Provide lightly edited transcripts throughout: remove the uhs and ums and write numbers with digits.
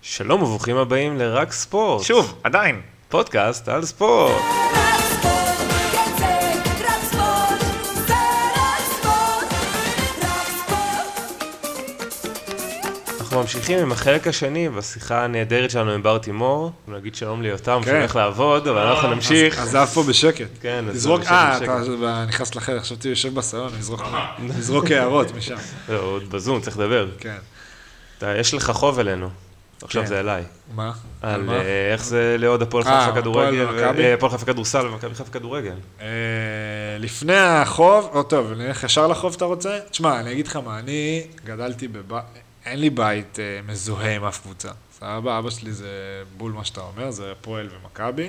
שלום וברוכים הבאים לרק ספורט. שוב, עדיין. פודקאסט על ספורט. אנחנו ממשיכים עם החלק השני בשיחה הנהדרת שלנו עם בר תימור. נגיד שלום ליותם שהולך לעבוד, אבל אנחנו נמשיך. אז זה אף פה בשקט. כן, אז תזרוק, בשקט. אתה נכנס לחדר, חשבתי יושב בסלון, נזרוק הערות משם. לא, עוד בזום, צריך לדבר. כן. יש לך חוב אלינו. עכשיו זה אליי. מה? על איך זה לעוד הפועל חיפה כדורגל, הפועל חיפה כדורסל ומכבי חיפה כדורגל. לפני החוב, טוב, נלך ישר לחוב אתה רוצה? תשמע, אני אגיד לך מה, אני גדלתי אין לי בית מזוהה עם אף קבוצה. סבבה, אבא שלי זה בול מה שאתה אומר, זה הפועל ומכבי.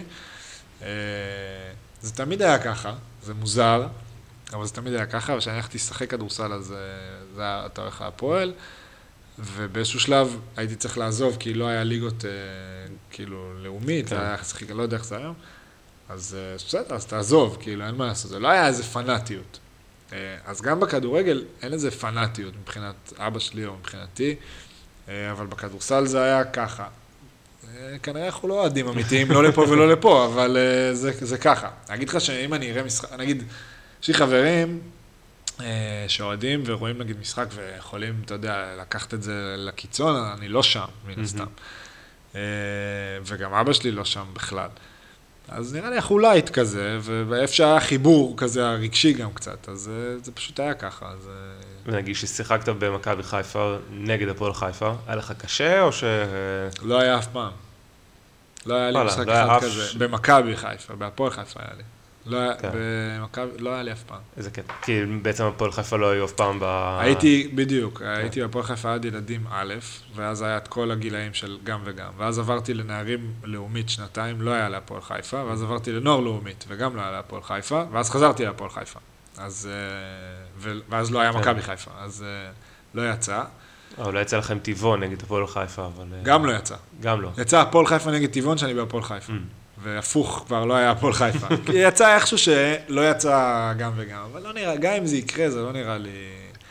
זה תמיד היה ככה, זה מוזר, אבל זה תמיד היה ככה, וכשאני הלכתי לשחק כדורסל, אז זה היה התארך הפועל. ובאיזשהו שלב הייתי צריך לעזוב, כי לא היה ליגות כאילו לאומית, זה היה שחק, לא יודע איך זה היום. אז בסדר, אז תעזוב, כאילו, אין מה לעשות, זה לא היה איזה פנאטיות. אז גם בכדורגל אין איזה פנאטיות מבחינת אבא שלי או מבחינתי, אבל בכדורסל זה היה ככה. כנראה אנחנו לא אוהדים אמיתיים, לא לפה ולא לפה, אבל זה ככה. אני אגיד לך שאם אני אראה משחק, נגיד, יש לי חברים, שאוהדים ורואים נגיד משחק ויכולים, אתה יודע, לקחת את זה לקיצון, אני לא שם, מן הסתם. וגם אבא שלי לא שם בכלל. אז נראה לי אנחנו לייט כזה, ואיפה שהיה חיבור כזה הרגשי גם קצת, אז זה פשוט היה ככה. ונגיד ששיחקת במכבי חיפה נגד הפועל חיפה, היה לך קשה או ש... לא היה אף פעם. לא היה לי משחק אחד כזה. במכבי חיפה, בהפועל חיפה היה לי. לא היה לי אף פעם. איזה קטע. כי בעצם הפועל חיפה לא היו אף פעם הייתי בפועל חיפה עד ילדים א', ואז היה את כל הגילאים של גם וגם. ואז עברתי לנערים לאומית שנתיים, לא היה להפועל חיפה, ואז עברתי לנוער לאומית, וגם לא היה להפועל חיפה, ואז חזרתי להפועל חיפה. ואז לא היה מכבי חיפה, אז לא יצא. אולי יצא לכם טבעון נגד הפועל חיפה, אבל... גם לא יצא. גם לא. יצא הפועל חיפה נגד טבעון שאני בהפועל חיפה. והפוך כבר לא היה הפועל חיפה. כי יצא איכשהו שלא יצא גם וגם, אבל לא נראה, גם אם זה יקרה, זה לא נראה לי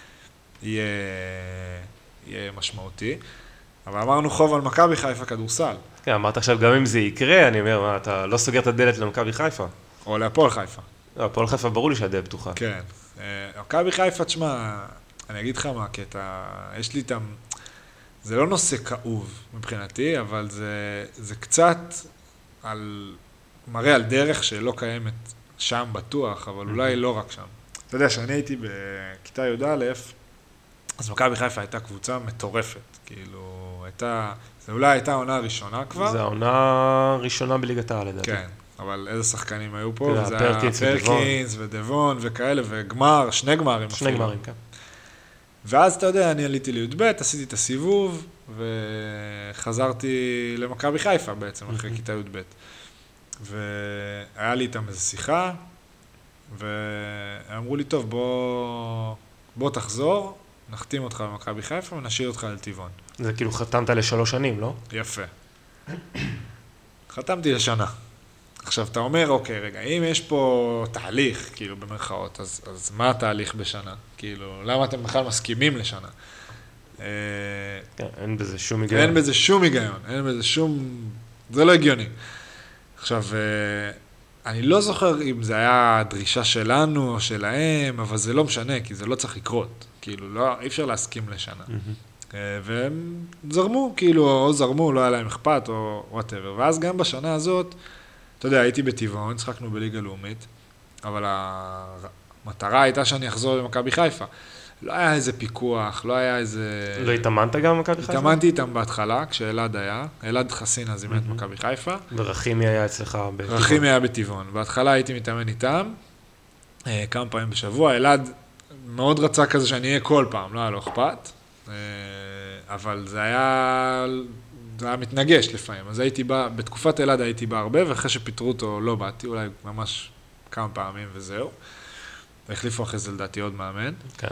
יהיה משמעותי. אבל אמרנו חוב על מכבי חיפה כדורסל. כן, אמרת עכשיו גם אם זה יקרה, אני אומר, מה, אתה לא סוגר את הדלת למכבי חיפה? או להפועל חיפה. לא, הפועל חיפה ברור לי שהדלת פתוחה. כן. מכבי חיפה, תשמע, אני אגיד לך מה הקטע, יש לי איתם, זה לא נושא כאוב מבחינתי, אבל זה קצת... מראה על דרך שלא קיימת שם בטוח, אבל אולי לא רק שם. אתה יודע, שאני הייתי בכיתה י"א, אז מכבי חיפה הייתה קבוצה מטורפת. כאילו, זה אולי הייתה העונה הראשונה כבר. זה העונה הראשונה בליגת העל, לדעתי. כן, אבל איזה שחקנים היו פה? זה היה פרקינס ודבון וכאלה, וגמר, שני גמרים. שני גמרים, כן. ואז, אתה יודע, אני עליתי לי"ב, עשיתי את הסיבוב, וחזרתי למכבי חיפה בעצם, אחרי כיתה י"ב. והיה לי איתם איזו שיחה, ואמרו לי, טוב, בוא תחזור, נחתים אותך במכבי חיפה ונשאיר אותך לטבעון. זה כאילו חתמת ל3 שנים, לא? יפה. חתמתי לשנה. עכשיו, אתה אומר, אוקיי, רגע, אם יש פה תהליך, כאילו, במרכאות, אז מה התהליך בשנה? כאילו, למה אתם בכלל מסכימים לשנה? כן, אין בזה שום היגיון. אין בזה שום היגיון, אין בזה שום... זה לא הגיוני. עכשיו, אני לא זוכר אם זה היה דרישה שלנו או שלהם, אבל זה לא משנה, כי זה לא צריך לקרות. כאילו, לא, אי אפשר להסכים לשנה. והם זרמו, כאילו, או זרמו, לא היה להם אכפת, או whatever. ואז גם בשנה הזאת, אתה יודע, הייתי בטבעון, שחקנו בליגה לאומית, אבל המטרה הייתה שאני אחזור למכבי חיפה. לא היה איזה פיקוח, לא היה איזה... לא התאמנת גם במכבי חיפה? התאמנתי איתם בהתחלה, כשאלעד היה. אלעד חסין אז אימן את מכבי חיפה. ורחימי היה אצלך בטבעון. רחימי היה בטבעון. בהתחלה הייתי מתאמן איתם, כמה פעמים בשבוע. אלעד מאוד רצה כזה שאני אהיה כל פעם, לא היה לו אכפת. אבל זה היה מתנגש לפעמים. אז הייתי בא, בתקופת אלעד הייתי בא הרבה, ואחרי שפיטרו אותו לא באתי, אולי ממש כמה פעמים וזהו. והחליפו אחרי זה לדעתי עוד מאמן. כן.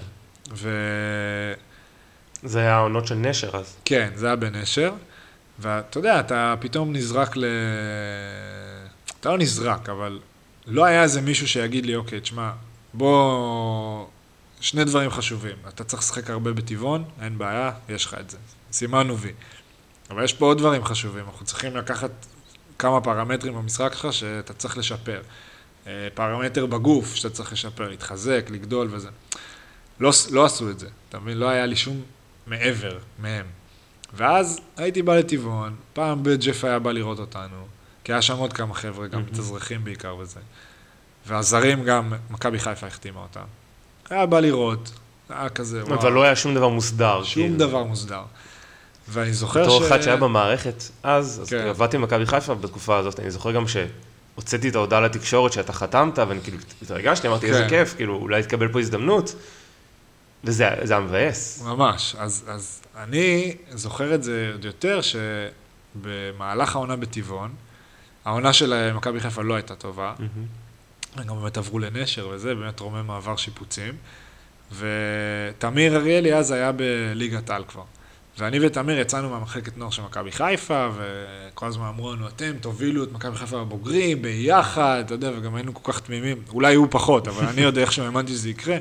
זה היה העונות של נשר אז. כן, זה היה בנשר. ואתה יודע, אתה פתאום נזרק אתה לא נזרק, אבל לא היה איזה מישהו שיגיד לי, אוקיי, תשמע, בוא... שני דברים חשובים. אתה צריך לשחק הרבה בטבעון, אין בעיה, יש לך את זה. סימנו וי. אבל יש פה עוד דברים חשובים, אנחנו צריכים לקחת כמה פרמטרים במשחק שלך שאתה צריך לשפר. פרמטר בגוף שאתה צריך לשפר, להתחזק, לגדול וזה. לא עשו את זה, אתה מבין? לא היה לי שום מעבר מהם. ואז הייתי בא לטבעון, פעם בג'ף היה בא לראות אותנו, כי היה שם עוד כמה חבר'ה, גם מתאזרחים בעיקר וזה. והזרים גם, מכבי חיפה החתימה אותם. היה בא לראות, היה כזה, וואו. אבל לא היה שום דבר מוסדר. שום דבר מוסדר. ואני זוכר בתור אחד שהיה במערכת אז עבדתי עם מכבי חיפה בתקופה הזאת, אני זוכר גם שהוצאתי את ההודעה לתקשורת שאתה חתמת, ואני כאילו התרגשתי, אמרתי איזה כיף, כאילו אולי תקבל פה הזדמנות, וזה היה מבאס. ממש, אז אני זוכר את זה עוד יותר, שבמהלך העונה בטבעון, העונה של מכבי חיפה לא הייתה טובה, גם באמת עברו לנשר וזה, באמת רומם מעבר שיפוצים, ותמיר אריאלי אז היה בליגת על כבר. ואני ותמיר יצאנו מהמחלקת נוער של מכבי חיפה, וכל הזמן אמרו לנו, אתם תובילו את מכבי חיפה בבוגרים, ביחד, אתה יודע, וגם היינו כל כך תמימים, אולי הוא פחות, אבל אני יודע איך שהאמנתי שזה יקרה,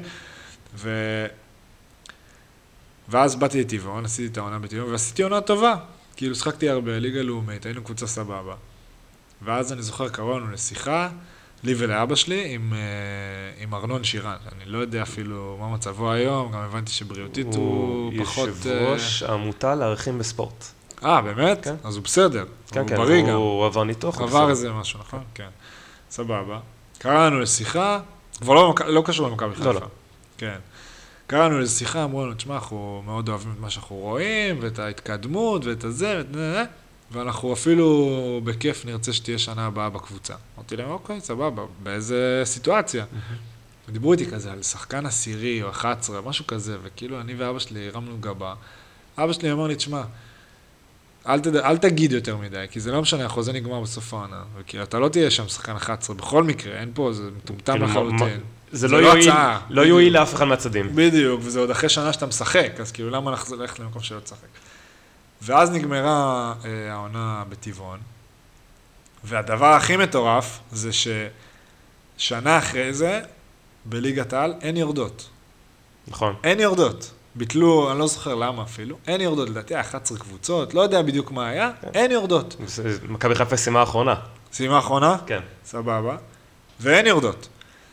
ואז באתי לטבעון, עשיתי את העונה בטבעון, ועשיתי עונה טובה, כאילו שחקתי הרבה, ליגה לאומית, היינו קבוצה סבבה. ואז אני זוכר, קראנו לשיחה, לי ולאבא שלי, עם ארנון שירן. אני לא יודע אפילו מה מצבו היום, גם הבנתי שבריאותית הוא פחות... הוא יושב ראש העמותה לערכים בספורט. באמת? כן. אז הוא בסדר. כן, הוא כן, בריא גם. הוא עבר ניתוח. עבר איזה משהו, נכון? כן. סבבה. קראנו לשיחה, כבר לא קשור למכבי חיפה. לא. כן. קראנו לשיחה, אמרו לנו, תשמע, אנחנו מאוד אוהבים את מה שאנחנו רואים, ואת ההתקדמות, ואת הזה, ואנחנו אפילו בכיף נרצה שתהיה שנה הבאה בקבוצה. אמרתי להם, אוקיי, סבבה, באיזה סיטואציה? דיברו איתי כזה על שחקן עשירי או 11, משהו כזה, וכאילו אני ואבא שלי הרמנו גבה. אבא שלי אמר לי, תשמע, אל תגיד יותר מדי, כי זה לא משנה, החוזה נגמר בסוף העונה, וכי אתה לא תהיה שם שחקן 11, בכל מקרה, אין פה, זה מטומטם לחלוטין. זה לא יועיל לאף אחד מהצדים. בדיוק, וזה עוד אחרי שנה שאתה משחק, אז כאילו למה אנחנו ללכת למקום שלא תשחק? ואז נגמרה העונה בטבעון, והדבר הכי מטורף זה ששנה אחרי זה, בליגת העל, אין יורדות. נכון. אין יורדות. ביטלו, אני לא זוכר למה אפילו, אין יורדות, לדעתי 11 קבוצות, לא יודע בדיוק מה היה, אין יורדות. מכבי חיפה סיימה האחרונה. סיימה האחרונה? כן. סבבה. ואין יורדות.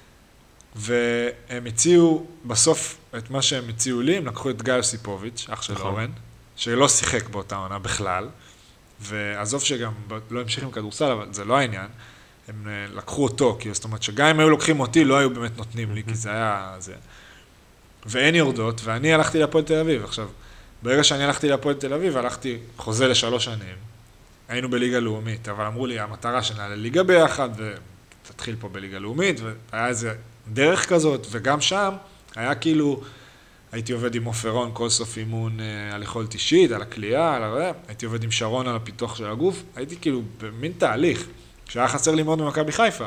והם הציעו בסוף את מה שהם הציעו לי, הם לקחו את גיא יוסיפוביץ', אח של אורן, שלא שיחק באותה עונה בכלל, ועזוב שגם לא המשיך עם כדורסל, אבל זה לא העניין, הם לקחו אותו, כי זאת אומרת שגם אם היו לוקחים אותי, לא היו באמת נותנים לי, כי זה היה זה. ואין יורדות, ואני הלכתי להפועל תל אביב. עכשיו, ברגע שאני הלכתי להפועל תל אביב, הלכתי חוזה ל3 שנים, היינו בליגה לאומית, אבל אמרו לי, המטרה שנעלה ליגה ביחד, ותתחיל פה בליגה לאומית, והיה איזה דרך כזאת, וגם שם היה כאילו, הייתי עובד עם אופרון, כל סוף אימון על יכולת אישית, על הקליעה, על הרבה, הייתי עובד עם שרון על הפיתוח של הגוף, הייתי כאילו במין תהליך, שהיה חסר לי מאוד במכבי חיפה.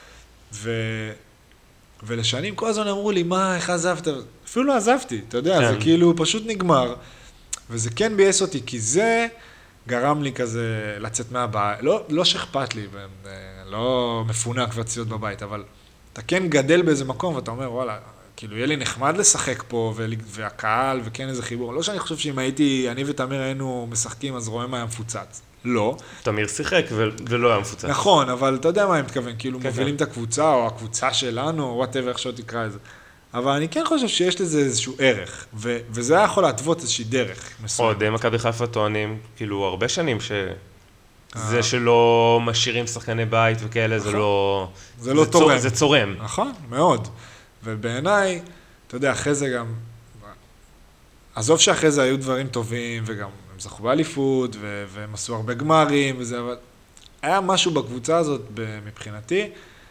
ולשנים כל הזמן אמרו לי, מה, איך עזבת? אפילו לא עזבתי, אתה יודע, כן. זה כאילו פשוט נגמר. וזה כן בייס אותי, כי זה גרם לי כזה לצאת מהבית. לא שאכפת לי, לא מפונק והציוד בבית, אבל אתה כן גדל באיזה מקום, ואתה אומר, וואלה, כאילו, יהיה לי נחמד לשחק פה, והקהל, וכן איזה חיבור. לא שאני חושב שאם אני ותמיר היינו משחקים, אז רואים מה היה מפוצץ. לא. תמיר שיחק ולא היה מפוצץ. נכון, אבל אתה יודע מה אני מתכוון, כאילו מובילים את הקבוצה, או הקבוצה שלנו, או whatever, איך שלא תקרא את זה. אבל אני כן חושב שיש לזה איזשהו ערך, וזה היה יכול להתוות איזושהי דרך. עוד מכבי חיפה טוענים, כאילו, הרבה שנים זה שלא משאירים שחקני בית וכאלה, זה לא... זה לא תורם. זה צורם. נכון, מאוד. ובעיניי, אתה יודע, אחרי זה גם... עזוב שאחרי זה היו דברים טובים, וגם הם זכו באליפות, והם עשו הרבה גמרים וזה, אבל היה משהו בקבוצה הזאת, מבחינתי,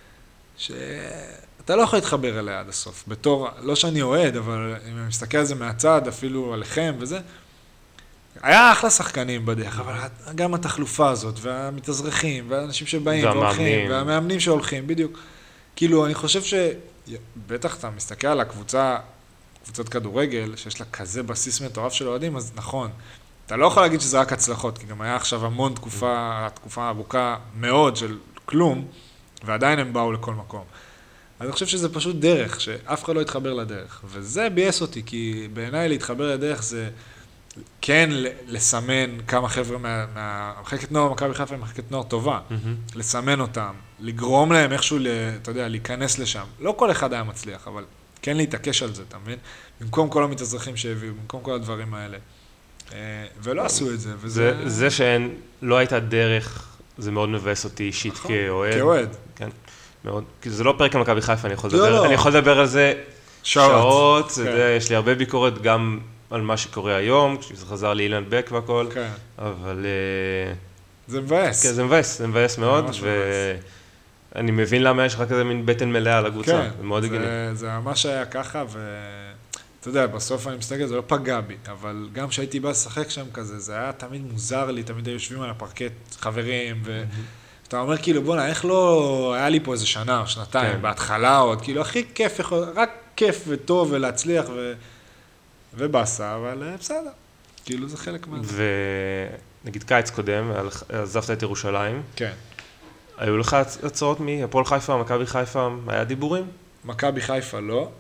שאתה לא יכול להתחבר אליה עד הסוף. בתור, לא שאני אוהד, אבל אם אני מסתכל על זה מהצד, אפילו עליכם וזה, היה אחלה שחקנים בדרך, אבל גם התחלופה הזאת, והמתאזרחים, והאנשים שבאים והולכים, והמאמנים שהולכים, בדיוק. כאילו, אני חושב בטח אתה מסתכל על קבוצת כדורגל, שיש לה כזה בסיס מטורף של אוהדים, אז נכון. אתה לא יכול להגיד שזה רק הצלחות, כי גם היה עכשיו המון תקופה ארוכה מאוד של כלום, ועדיין הם באו לכל מקום. אז אני חושב שזה פשוט דרך, שאף אחד לא יתחבר לדרך. וזה בייס אותי, כי בעיניי להתחבר לדרך זה כן לסמן כמה חבר'ה מהמחלקת נוער, מכבי חיפה היא מחלקת נוער טובה, לסמן אותם, לגרום להם איכשהו, אתה יודע, להיכנס לשם. לא כל אחד היה מצליח, אבל כן להתעקש על זה, אתה מבין? במקום כל המתאזרחים שהביאו, במקום כל הדברים האלה. ולא עשו את זה, וזה... זה שאין, לא הייתה דרך, זה מאוד מבאס אותי אישית כאוהד. כאוהד. כן, מאוד. כי זה לא פרק על מכבי חיפה, אני יכול לדבר על זה שעות, יש לי הרבה ביקורת גם על מה שקורה היום, כשזה חזר לאילן בק והכל, אבל... זה מבאס. כן, זה מבאס מאוד, ואני מבין למה יש לך כזה מין בטן מלאה על הקבוצה, זה מאוד הגיוני. זה ממש היה ככה, אתה יודע, בסוף אני מסתכל, זה לא פגע בי, אבל גם כשהייתי בא לשחק שם כזה, זה היה תמיד מוזר לי, תמיד היו יושבים על הפרקט חברים, ואתה אומר כאילו, בוא'נה, איך לא היה לי פה איזה שנה או שנתיים, בהתחלה עוד, כאילו, הכי כיף, רק כיף וטוב ולהצליח ובאסה, אבל בסדר, כאילו זה חלק מה... ונגיד קיץ קודם, עזבת את ירושלים. כן. היו לך הצעות מהפועל חיפה, מכבי חיפה, היה דיבורים? מכבי חיפה לא.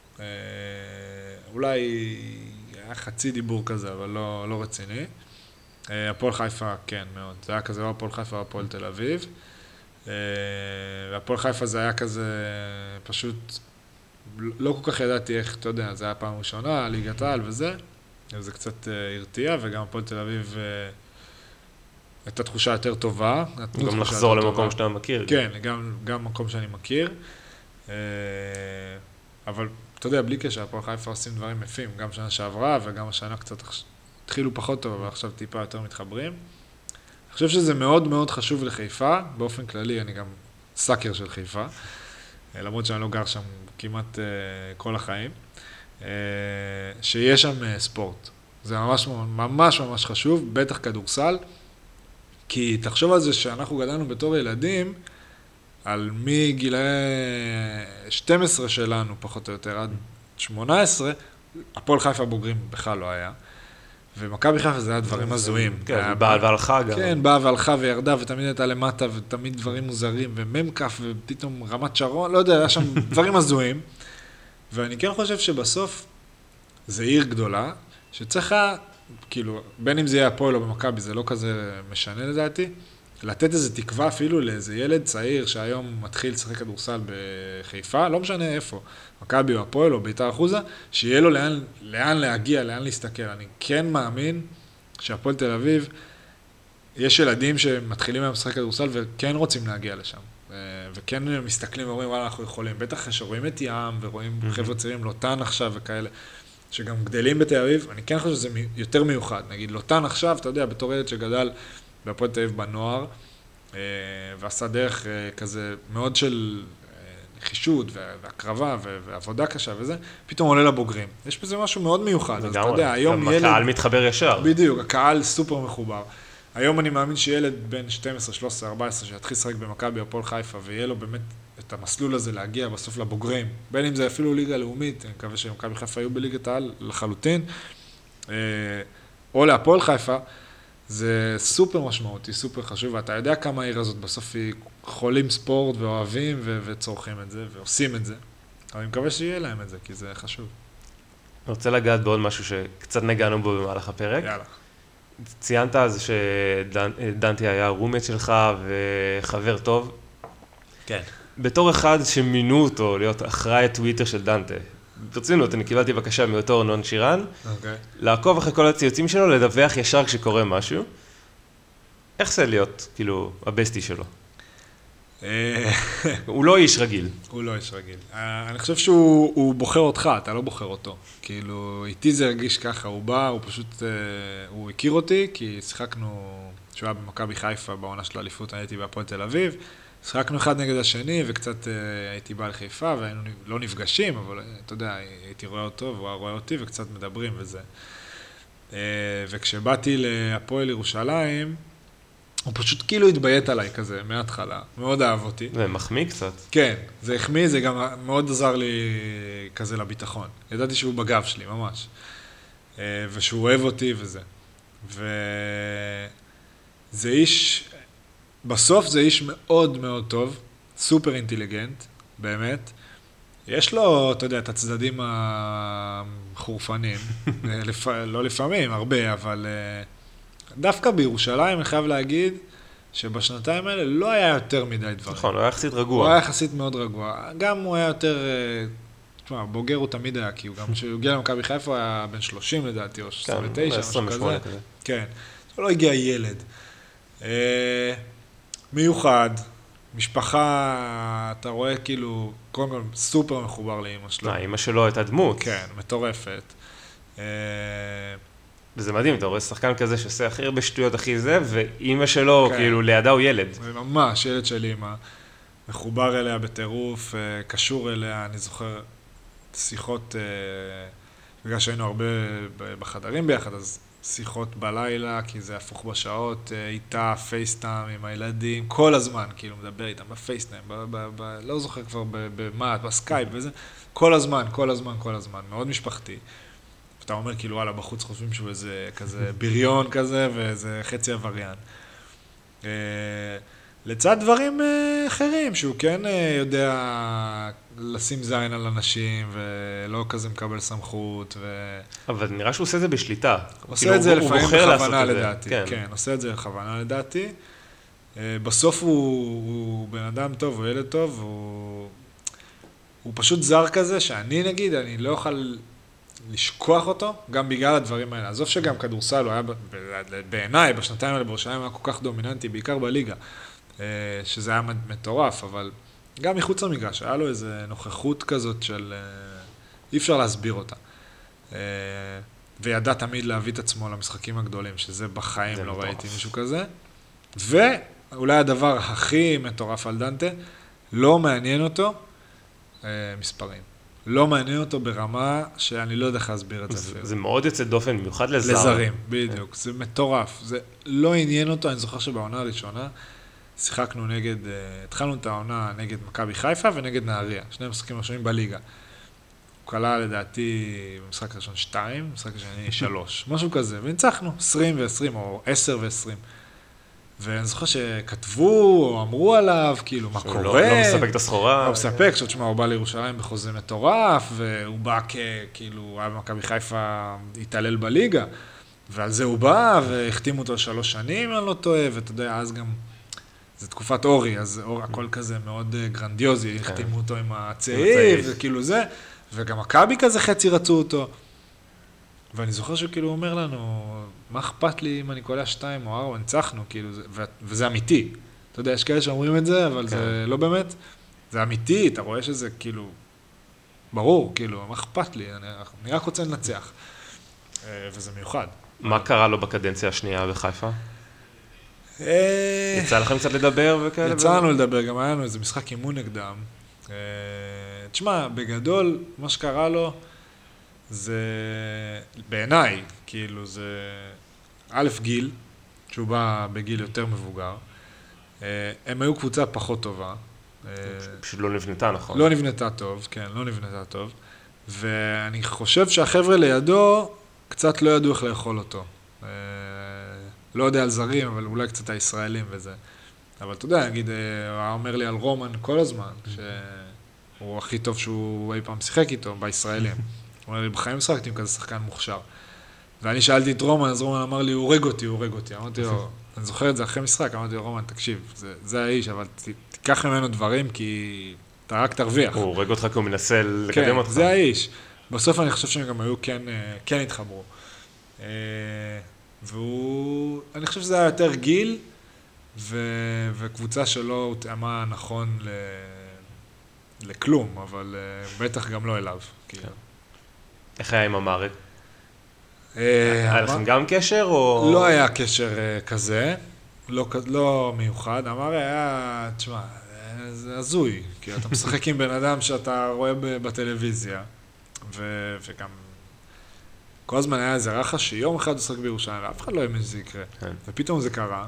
אולי היה חצי דיבור כזה, אבל לא רציני. הפועל חיפה, כן, מאוד. זה היה כזה, או הפועל חיפה או הפועל תל אביב. והפועל חיפה זה היה כזה, פשוט, לא כל כך ידעתי איך, אתה יודע, זה היה פעם ראשונה, ליגת העל וזה, וזה קצת הרתיע, וגם הפועל תל אביב הייתה תחושה יותר טובה. גם לחזור למקום שאתה מכיר. כן, גם מקום שאני מכיר. אבל אתה יודע, בלי קשר, הפועל חיפה עושים דברים יפים, גם שנה שעברה וגם השנה קצת התחילו פחות טוב, אבל עכשיו טיפה יותר מתחברים. אני חושב שזה מאוד מאוד חשוב לחיפה, באופן כללי אני גם סאקר של חיפה, למרות שאני לא גר שם כמעט כל החיים, שיש שם ספורט. זה ממש ממש ממש חשוב, בטח כדורסל, כי תחשוב על זה שאנחנו גדלנו בתור ילדים, על מגילי 12 שלנו, פחות או יותר, עד 18, הפועל חיפה בוגרים בכלל לא היה. ומכבי חיפה זה היה דברים הזויים. כן, באה והלכה גם. כן, באה והלכה וירדה, ותמיד הייתה למטה, ותמיד דברים מוזרים, וממקף, ופתאום רמת שרון, לא יודע, היה שם דברים הזויים. ואני כן חושב שבסוף, זה עיר גדולה, שצריכה, כאילו, בין אם זה יהיה הפועל או במכבי, זה לא כזה משנה לדעתי, לתת איזו תקווה אפילו לאיזה ילד צעיר שהיום מתחיל לשחק כדורסל בחיפה, לא משנה איפה, מכבי או הפועל או ביתר אחוזה, שיהיה לו לאן להגיע, לאן להסתכל. אני כן מאמין שהפועל תל אביב, יש ילדים שמתחילים היום לשחק כדורסל וכן רוצים להגיע לשם, וכן מסתכלים ואומרים, וואלה, אנחנו יכולים. בטח שרואים את ים ורואים חבר'ה צעירים, לוטן עכשיו וכאלה, שגם גדלים בתל אביב, אני כן חושב שזה יותר מיוחד. נגיד, לוטן עכשיו, אתה יודע, בתור ילד שגדל בהפועל תל אביב בנוער, ועשה דרך כזה מאוד של נחישות והקרבה ועבודה קשה וזה, פתאום עולה לבוגרים. יש בזה משהו מאוד מיוחד. אז אתה יודע, היום ילד... הקהל מתחבר ישר. בדיוק, הקהל סופר מחובר. היום אני מאמין שילד בין 12, 13, 14, שיתחיל לשחק במכבי הפועל חיפה, ויהיה לו באמת את המסלול הזה להגיע בסוף לבוגרים. בין אם זה אפילו ליגה לאומית, אני מקווה שמכבי חיפה היו בליגת העל לחלוטין, או להפועל חיפה, זה סופר משמעותי, סופר חשוב, ואתה יודע כמה העיר הזאת בסוף היא חולים ספורט ואוהבים וצורכים את זה ועושים את זה. אבל אני מקווה שיהיה להם את זה, כי זה חשוב. אני רוצה לגעת בעוד משהו שקצת נגענו בו במהלך הפרק. יאללה. ציינת אז שדנטי היה רומט שלך וחבר טוב. כן. בתור אחד שמינו אותו להיות אחראי הטוויטר של דנטה, ברצינות, אני קיבלתי בקשה מאותו ארנון שירן, לעקוב אחרי כל הציוצים שלו, לדווח ישר כשקורה משהו. איך זה להיות, כאילו, הבסטי שלו? הוא לא איש רגיל. הוא לא איש רגיל. אני חושב שהוא בוחר אותך, אתה לא בוחר אותו. כאילו, איתי זה הרגיש ככה, הוא בא, הוא פשוט, הוא הכיר אותי, כי שיחקנו, שהוא היה במכבי חיפה, בעונה של האליפות, אני הייתי בהפועל תל אביב, שיחקנו אחד נגד השני, וקצת הייתי בא לחיפה, והיינו לא נפגשים, אבל אתה יודע, הייתי רואה אותו, והוא רואה אותי, וקצת מדברים וזה. וכשבאתי להפועל ירושלים, הוא פשוט כאילו התביית עליי כזה, מההתחלה. מאוד אהב אותי. זה מחמיא קצת. כן, זה החמיא, זה גם מאוד עזר לי כזה לביטחון. ידעתי שהוא בגב שלי, ממש. ושהוא אוהב אותי וזה. וזה איש, בסוף זה איש מאוד מאוד טוב, סופר אינטליגנט, באמת. יש לו, אתה יודע, את הצדדים החורפנים, לא לפעמים, הרבה, אבל דווקא בירושלים, אני חייב להגיד, שבשנתיים האלה לא היה יותר מדי דברים. נכון, הוא היה יחסית רגוע. הוא היה יחסית מאוד רגוע. גם הוא היה יותר, תשמע, בוגר הוא תמיד היה, כי הוא גם כשהוא הגיע למכבי חיפה הוא היה בן 30 לדעתי, או 29, משהו כזה. כן, הוא לא הגיע ילד. מיוחד, משפחה, אתה רואה כאילו, קודם כל סופר מחובר לאמא שלו. אמא שלו הייתה דמות. כן, מטורפת. וזה מדהים, אתה רואה שחקן כזה שעושה הכי הרבה שטויות הכי זה, ואימא שלו, כאילו, לידה הוא ילד. זה ממש ילד של אימא, מחובר אליה בטירוף, קשור אליה, אני זוכר שיחות, בגלל שהיינו הרבה בחדרים ביחד, אז שיחות בלילה, כי זה הפוך בשעות, איתה, פייסטיים עם הילדים, כל הזמן, כאילו, מדבר איתם בפייסטיים, לא זוכר כבר במה, בסקייפ וזה, כל הזמן, מאוד משפחתי. אתה אומר כאילו, וואלה, בחוץ חושבים שהוא איזה כזה בריון כזה, ואיזה חצי עבריין. לצד דברים אחרים, שהוא כן יודע לשים זין על אנשים, ולא כזה מקבל סמכות, אבל נראה שהוא עושה את זה בשליטה. עושה את זה לפעמים בכוונה לדעתי. כן, עושה את זה בכוונה לדעתי. בסוף הוא בן אדם טוב, הוא ילד טוב, הוא פשוט זר כזה, שאני נגיד, אני לא אוכל לשכוח אותו, גם בגלל הדברים האלה. עזוב שגם כדורסל, הוא היה בעיניי, בשנתיים האלה בירושלים היה כל כך דומיננטי, בעיקר בליגה, שזה היה מטורף, אבל גם מחוץ למגרש, היה לו איזו נוכחות כזאת של, אי אפשר להסביר אותה. וידע תמיד להביא את עצמו למשחקים הגדולים, שזה בחיים לא ראיתי מישהו כזה. ואולי הדבר הכי מטורף על דנטה, לא מעניין אותו מספרים. לא מעניין אותו ברמה שאני לא יודע איך להסביר את זה. זה מאוד יוצא דופן, במיוחד לזרים. לזרים, בדיוק. זה מטורף. זה לא עניין אותו, אני זוכר שבעונה הראשונה, שיחקנו נגד, התחלנו את העונה נגד מכבי חיפה ונגד נהריה, שני משחקים ראשונים בליגה. הוא קלה לדעתי במשחק הראשון 2, במשחק השני 3, משהו כזה, וניצחנו 20 ו-20 או 10 ו-20. ואני זוכר שכתבו או אמרו עליו, כאילו, מה קורה? לא מספק את הסחורה. לא מספק, שתשמע, הוא בא לירושלים בחוזה מטורף, והוא בא כאילו, היה במכבי חיפה התעלל בליגה, ועל זה הוא בא, והחתימו אותו 3 שנים, אני לא טועה, ואתה יודע, אז גם, זה תקופת אורי, אז הכל כזה מאוד גרנדיוזי, החתימו אותו עם הצעיף, וכאילו זה, וגם מכבי כזה חצי רצו אותו. ואני זוכר שכאילו הוא אומר לנו, מה אכפת לי אם אני קולע 2 או 4, ניצחנו, כאילו, וזה אמיתי. אתה יודע, יש כאלה שאומרים את זה, אבל זה לא באמת, זה אמיתי, אתה רואה שזה כאילו, ברור, כאילו, מה אכפת לי, אני רק רוצה לנצח. וזה מיוחד. מה קרה לו בקדנציה השנייה בחיפה? יצא לכם קצת לדבר וכאלה? יצא לנו לדבר, גם היה לנו איזה משחק אימון נגדם. תשמע, בגדול, מה שקרה לו, זה בעיניי, כאילו זה א' גיל, שהוא בא בגיל יותר מבוגר, הם היו קבוצה פחות טובה. פשוט לא נבנתה, נכון? לא נבנתה טוב, כן, לא נבנתה טוב, ואני חושב שהחבר'ה לידו קצת לא ידעו איך לאכול אותו. לא יודע על זרים, אבל אולי קצת הישראלים וזה. אבל אתה יודע, נגיד, הוא אומר לי על רומן כל הזמן, שהוא הכי טוב שהוא אי פעם שיחק איתו, בישראלים. הוא אומר לי, בחיים משחקתי עם כזה שחקן מוכשר. ואני שאלתי את רומן, אז רומן אמר לי, הוא הורג אותי. אמרתי לו, אני זוכר את זה אחרי משחק, אמרתי לו, רומן, תקשיב, זה האיש, אבל תיקח ממנו דברים, כי אתה רק תרוויח. הוא הורג אותך כי הוא מנסה לקדם אותך. כן, זה האיש. בסוף אני חושב שהם גם היו כן התחברו. אני חושב שזה היה יותר גיל, וקבוצה שלא הותאמה נכון לכלום, אבל בטח גם לא אליו. איך היה עם המארק? היה לכם גם קשר או? לא היה קשר כזה, לא מיוחד. המארק היה, תשמע, זה הזוי, כי אתה משחק עם בן אדם שאתה רואה בטלוויזיה, וגם כל הזמן היה איזה רחש שיום אחד עוסק בירושלים, ואף אחד לא האמין שזה יקרה. ופתאום זה קרה.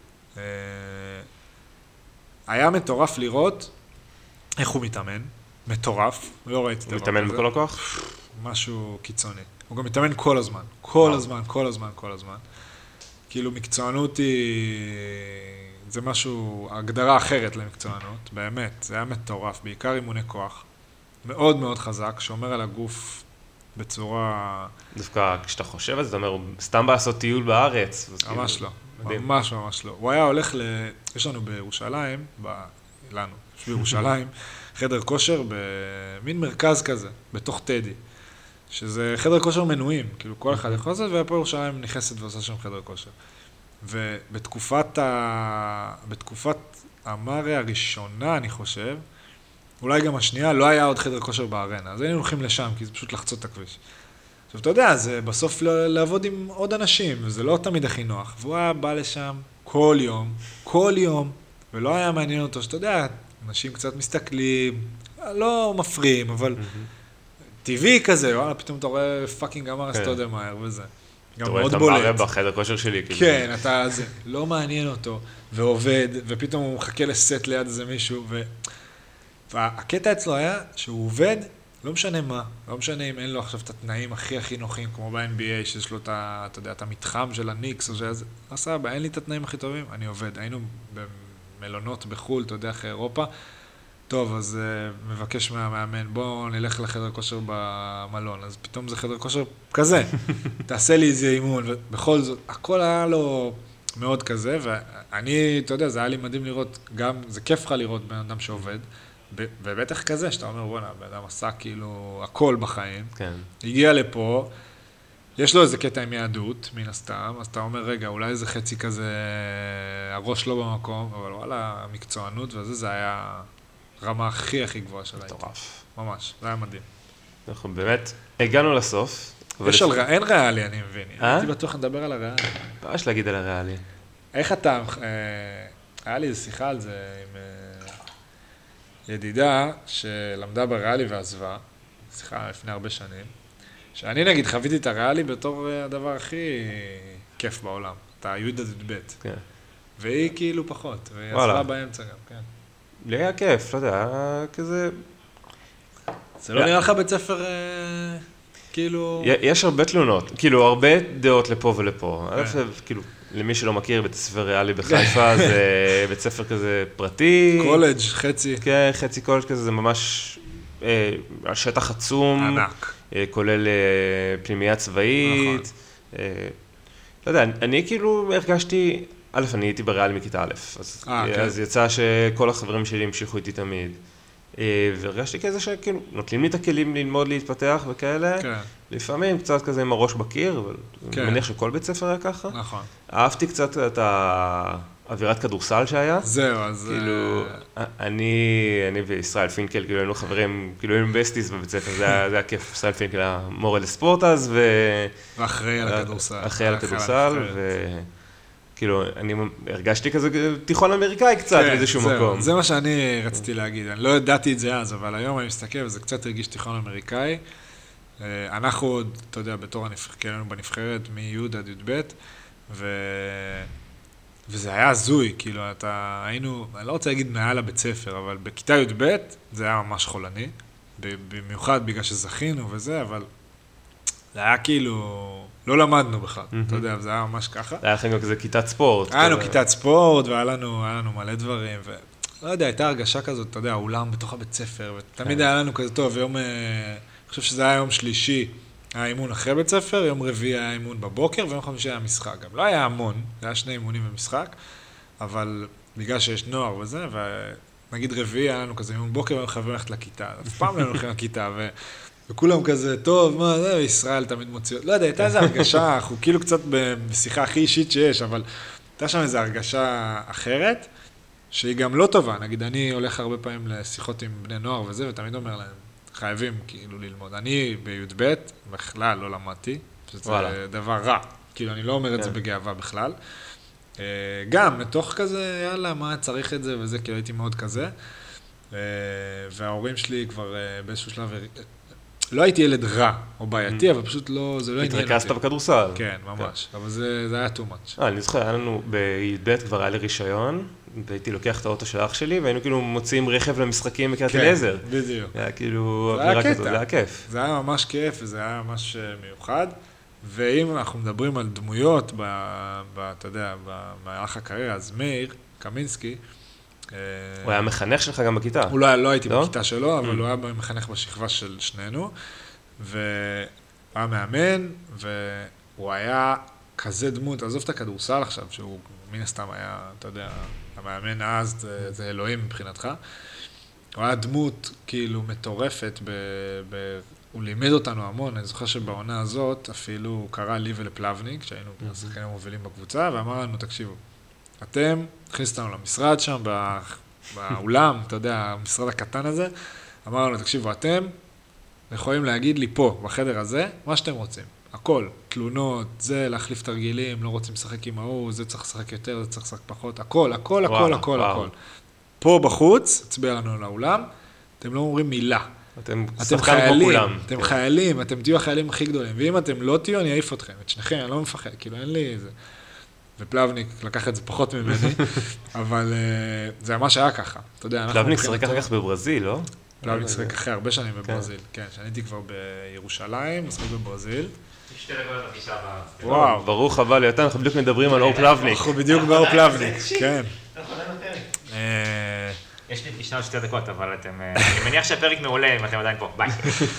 היה מטורף לראות איך הוא מתאמן. מטורף, לא ראיתי דבר כזה. הוא מתאמן בכל הכוח? משהו קיצוני. הוא גם מתאמן כל הזמן. כל הזמן. כאילו מקצוענות זה משהו, הגדרה אחרת למקצוענות, באמת. זה היה מטורף, בעיקר אימוני כוח. מאוד מאוד חזק, שומר על הגוף בצורה... דווקא כשאתה חושב על זה, אתה אומר, סתם בא לעשות טיול בארץ. ממש לא, ממש ממש לא. הוא היה הולך יש לנו בירושלים, יש בירושלים, חדר כושר במין מרכז כזה, בתוך טדי. שזה חדר כושר מנויים, כאילו כל אחד יכול לעשות, ופה ירושלים נכנסת ועושה שם חדר כושר. ובתקופת המראה הראשונה, אני חושב, אולי גם השנייה, לא היה עוד חדר כושר בארנה, אז היינו הולכים לשם, כי זה פשוט לחצות את הכביש. עכשיו, אתה יודע, זה בסוף לעבוד עם עוד אנשים, וזה לא תמיד הכי נוח. והוא היה בא לשם כל יום, ולא היה מעניין אותו, שאתה יודע, אנשים קצת מסתכלים, לא מפריעים, אבל טבעי כזה, וואלה, פתאום אתה רואה פאקינג אמר סטודמאייר וזה. אתה רואה את המראה בחדר כושר שלי. כן, אתה זה, לא מעניין אותו, ועובד, ופתאום הוא מחכה לסט ליד איזה מישהו, והקטע אצלו היה שהוא עובד, לא משנה מה, לא משנה אם אין לו עכשיו את התנאים הכי נוחים, כמו ב-NBA, שיש לו אתה יודע, את המתחם של הניקס, או שזה, סבבה, אין לי את התנאים הכי טובים, אני עובד. היינו במלונות בחול, אתה יודע, אחרי אירופה, טוב, אז מבקש מהמאמן, בוא נלך לחדר כושר במלון, אז פתאום זה חדר כושר כזה, תעשה לי איזה אימון, ובכל זאת, הכל היה לו מאוד כזה, ואני, אתה יודע, זה היה לי מדהים לראות, גם, זה כיף לך לראות בן אדם שעובד, ובטח כזה, שאתה אומר, בוא'נה, בן אדם עשה כאילו הכל בחיים, כן. הגיע לפה, יש לו איזה קטע עם יהדות, מן הסתם, אז אתה אומר, רגע, אולי איזה חצי כזה, הראש לא במקום, אבל וואלה, המקצוענות וזה, זה היה רמה הכי גבוהה של הייתי. מטורף. ממש, זה היה מדהים. אנחנו באמת הגענו לסוף. אין ריאלי, אני מבין. הייתי בטוח לדבר על הריאלי. ממש להגיד על הריאלי. איך אתה, היה לי איזו שיחה על זה עם ידידה שלמדה בריאלי ועזבה, שיחה לפני הרבה שנים, שאני נגיד חוויתי את הריאלי בתור הדבר הכי כיף בעולם, את הי"ד-י"ב. כן. והיא כאילו פחות, והיא עזבה באמצע גם, כן. לי היה כיף, לא יודע, כזה... זה לא נראה לך בית ספר, כאילו... יש הרבה תלונות, כאילו הרבה דעות לפה ולפה. כאילו, למי שלא מכיר, בית ספר ריאלי בחיפה, זה בית ספר כזה פרטי. קולג' חצי. כן, חצי קולג' כזה, זה ממש שטח עצום. ענק. כולל פנימייה צבאית. לא יודע, אני כאילו הרגשתי... א', אני הייתי בריאלי מכיתה א', אז יצא שכל החברים שלי המשיכו איתי תמיד. והרגשתי כזה שכאילו, נוטלים לי את הכלים ללמוד, להתפתח וכאלה. לפעמים קצת כזה עם הראש בקיר, אבל אני מניח שכל בית ספר היה ככה. נכון. אהבתי קצת את האווירת כדורסל שהיה. זהו, אז... כאילו, אני וישראל פינקל, כאילו היינו חברים, כאילו היינו בסטיס בבית ספר, זה היה כיף. ישראל פינקל היה מורה לספורט אז, ואחראי על הכדורסל. אחראי על הכדורסל, כאילו, אני הרגשתי כזה תיכון אמריקאי קצת באיזשהו מקום. זה מה שאני רציתי להגיד. אני לא ידעתי את זה אז, אבל היום אני מסתכל, וזה קצת הרגיש תיכון אמריקאי. אנחנו עוד, אתה יודע, בתור הנבחרת, בנבחרת, מי' עד י"ב, וזה היה הזוי, כאילו, היינו, אני לא רוצה להגיד מעל הבית ספר, אבל בכיתה י"ב זה היה ממש חולני, במיוחד בגלל שזכינו וזה, אבל זה היה כאילו... לא למדנו בכלל, אתה יודע, זה היה ממש ככה. היה לכם גם כזה כיתת ספורט. היה לנו כיתת ספורט, והיה לנו מלא דברים, ולא יודע, הייתה הרגשה כזאת, אתה יודע, אולם בתוך הבית ספר, ותמיד היה לנו כזה טוב, יום, אני חושב שזה היה יום שלישי, היה אימון אחרי בית ספר, יום רביעי היה אימון בבוקר, ויום חמישי היה משחק. גם לא היה המון, זה היה 2 אימונים במשחק, אבל בגלל שיש נוער וזה, ונגיד רביעי היה לנו כזה אימון בוקר, והיום חייבים ללכת לכיתה, אף פעם לא הולכים לכיתה, וכולם כזה, טוב, מה זה, וישראל תמיד מוציא, לא יודע, הייתה איזו הרגשה, אנחנו כאילו קצת בשיחה הכי אישית שיש, אבל הייתה שם איזו הרגשה אחרת, שהיא גם לא טובה. נגיד, אני הולך הרבה פעמים לשיחות עם בני נוער וזה, ותמיד אומר להם, חייבים כאילו ללמוד. אני בי"ב, בכלל לא למדתי, שזה דבר רע. כאילו, אני לא אומר את זה בגאווה בכלל. גם, מתוך כזה, יאללה, מה צריך את זה וזה, כאילו הייתי מאוד כזה. וההורים שלי כבר באיזשהו שלב... לא הייתי ילד רע או בעייתי, אבל פשוט לא, זה לא עניין אותי. התרכזת בכדורסל. כן, ממש. אבל זה היה too much. אני זוכר, היה לנו בי"ב כבר היה לי רישיון, והייתי לוקח את האוטו של אח שלי, והיינו כאילו מוציאים רכב למשחקים בקריית אליעזר. כן, בדיוק. היה כאילו, זה היה כיף. זה היה ממש כיף, וזה היה ממש מיוחד. ואם אנחנו מדברים על דמויות, אתה יודע, במהלך הקריירה, אז מאיר קמינסקי, הוא היה מחנך שלך גם בכיתה. הוא לא הייתי בכיתה שלו, אבל הוא היה מחנך בשכבה של שנינו, והוא היה מאמן, והוא היה כזה דמות, עזוב את הכדורסל עכשיו, שהוא מן הסתם היה, אתה יודע, המאמן אז, זה אלוהים מבחינתך. הוא היה דמות כאילו מטורפת, הוא לימד אותנו המון, אני זוכר שבעונה הזאת אפילו הוא קרא לי ולפלבניק, כשהיינו השחקנים המובילים בקבוצה, ואמר לנו, תקשיבו, אתם, הכניס אותנו למשרד שם, באולם, אתה יודע, המשרד הקטן הזה, אמר לנו, תקשיבו, אתם יכולים להגיד לי פה, בחדר הזה, מה שאתם רוצים. הכל, תלונות, זה, להחליף תרגילים, לא רוצים לשחק עם ההוא, זה צריך לשחק יותר, זה צריך לשחק פחות, הכל, הכל, הכל, הכל, הכל. פה בחוץ, הצביע לנו לאולם, אתם לא אומרים מילה. אתם שחקנים כמו כולם. אתם חיילים, אתם תהיו החיילים הכי גדולים, ואם אתם לא תהיו, אני אעיף אתכם, את שניכם, אני לא מפחד, כאילו אין לי איזה... ופלבניק לקח את זה פחות ממני, אבל זה ממש היה ככה, אתה יודע, פלבניק שחק אחר כך בברזיל, לא? פלבניק שחק אחרי הרבה שנים בברזיל, כן, שהייתי כבר בירושלים, שחק בברזיל. שתי דקות לפגישה הבאה. וואו. ברוך הבא ליותר, אנחנו בדיוק מדברים על אור פלבניק. אנחנו בדיוק באור פלבניק, כן. יש לי פגישה עוד 2 דקות, אבל אני מניח שהפרק מעולה אם אתם עדיין פה, ביי.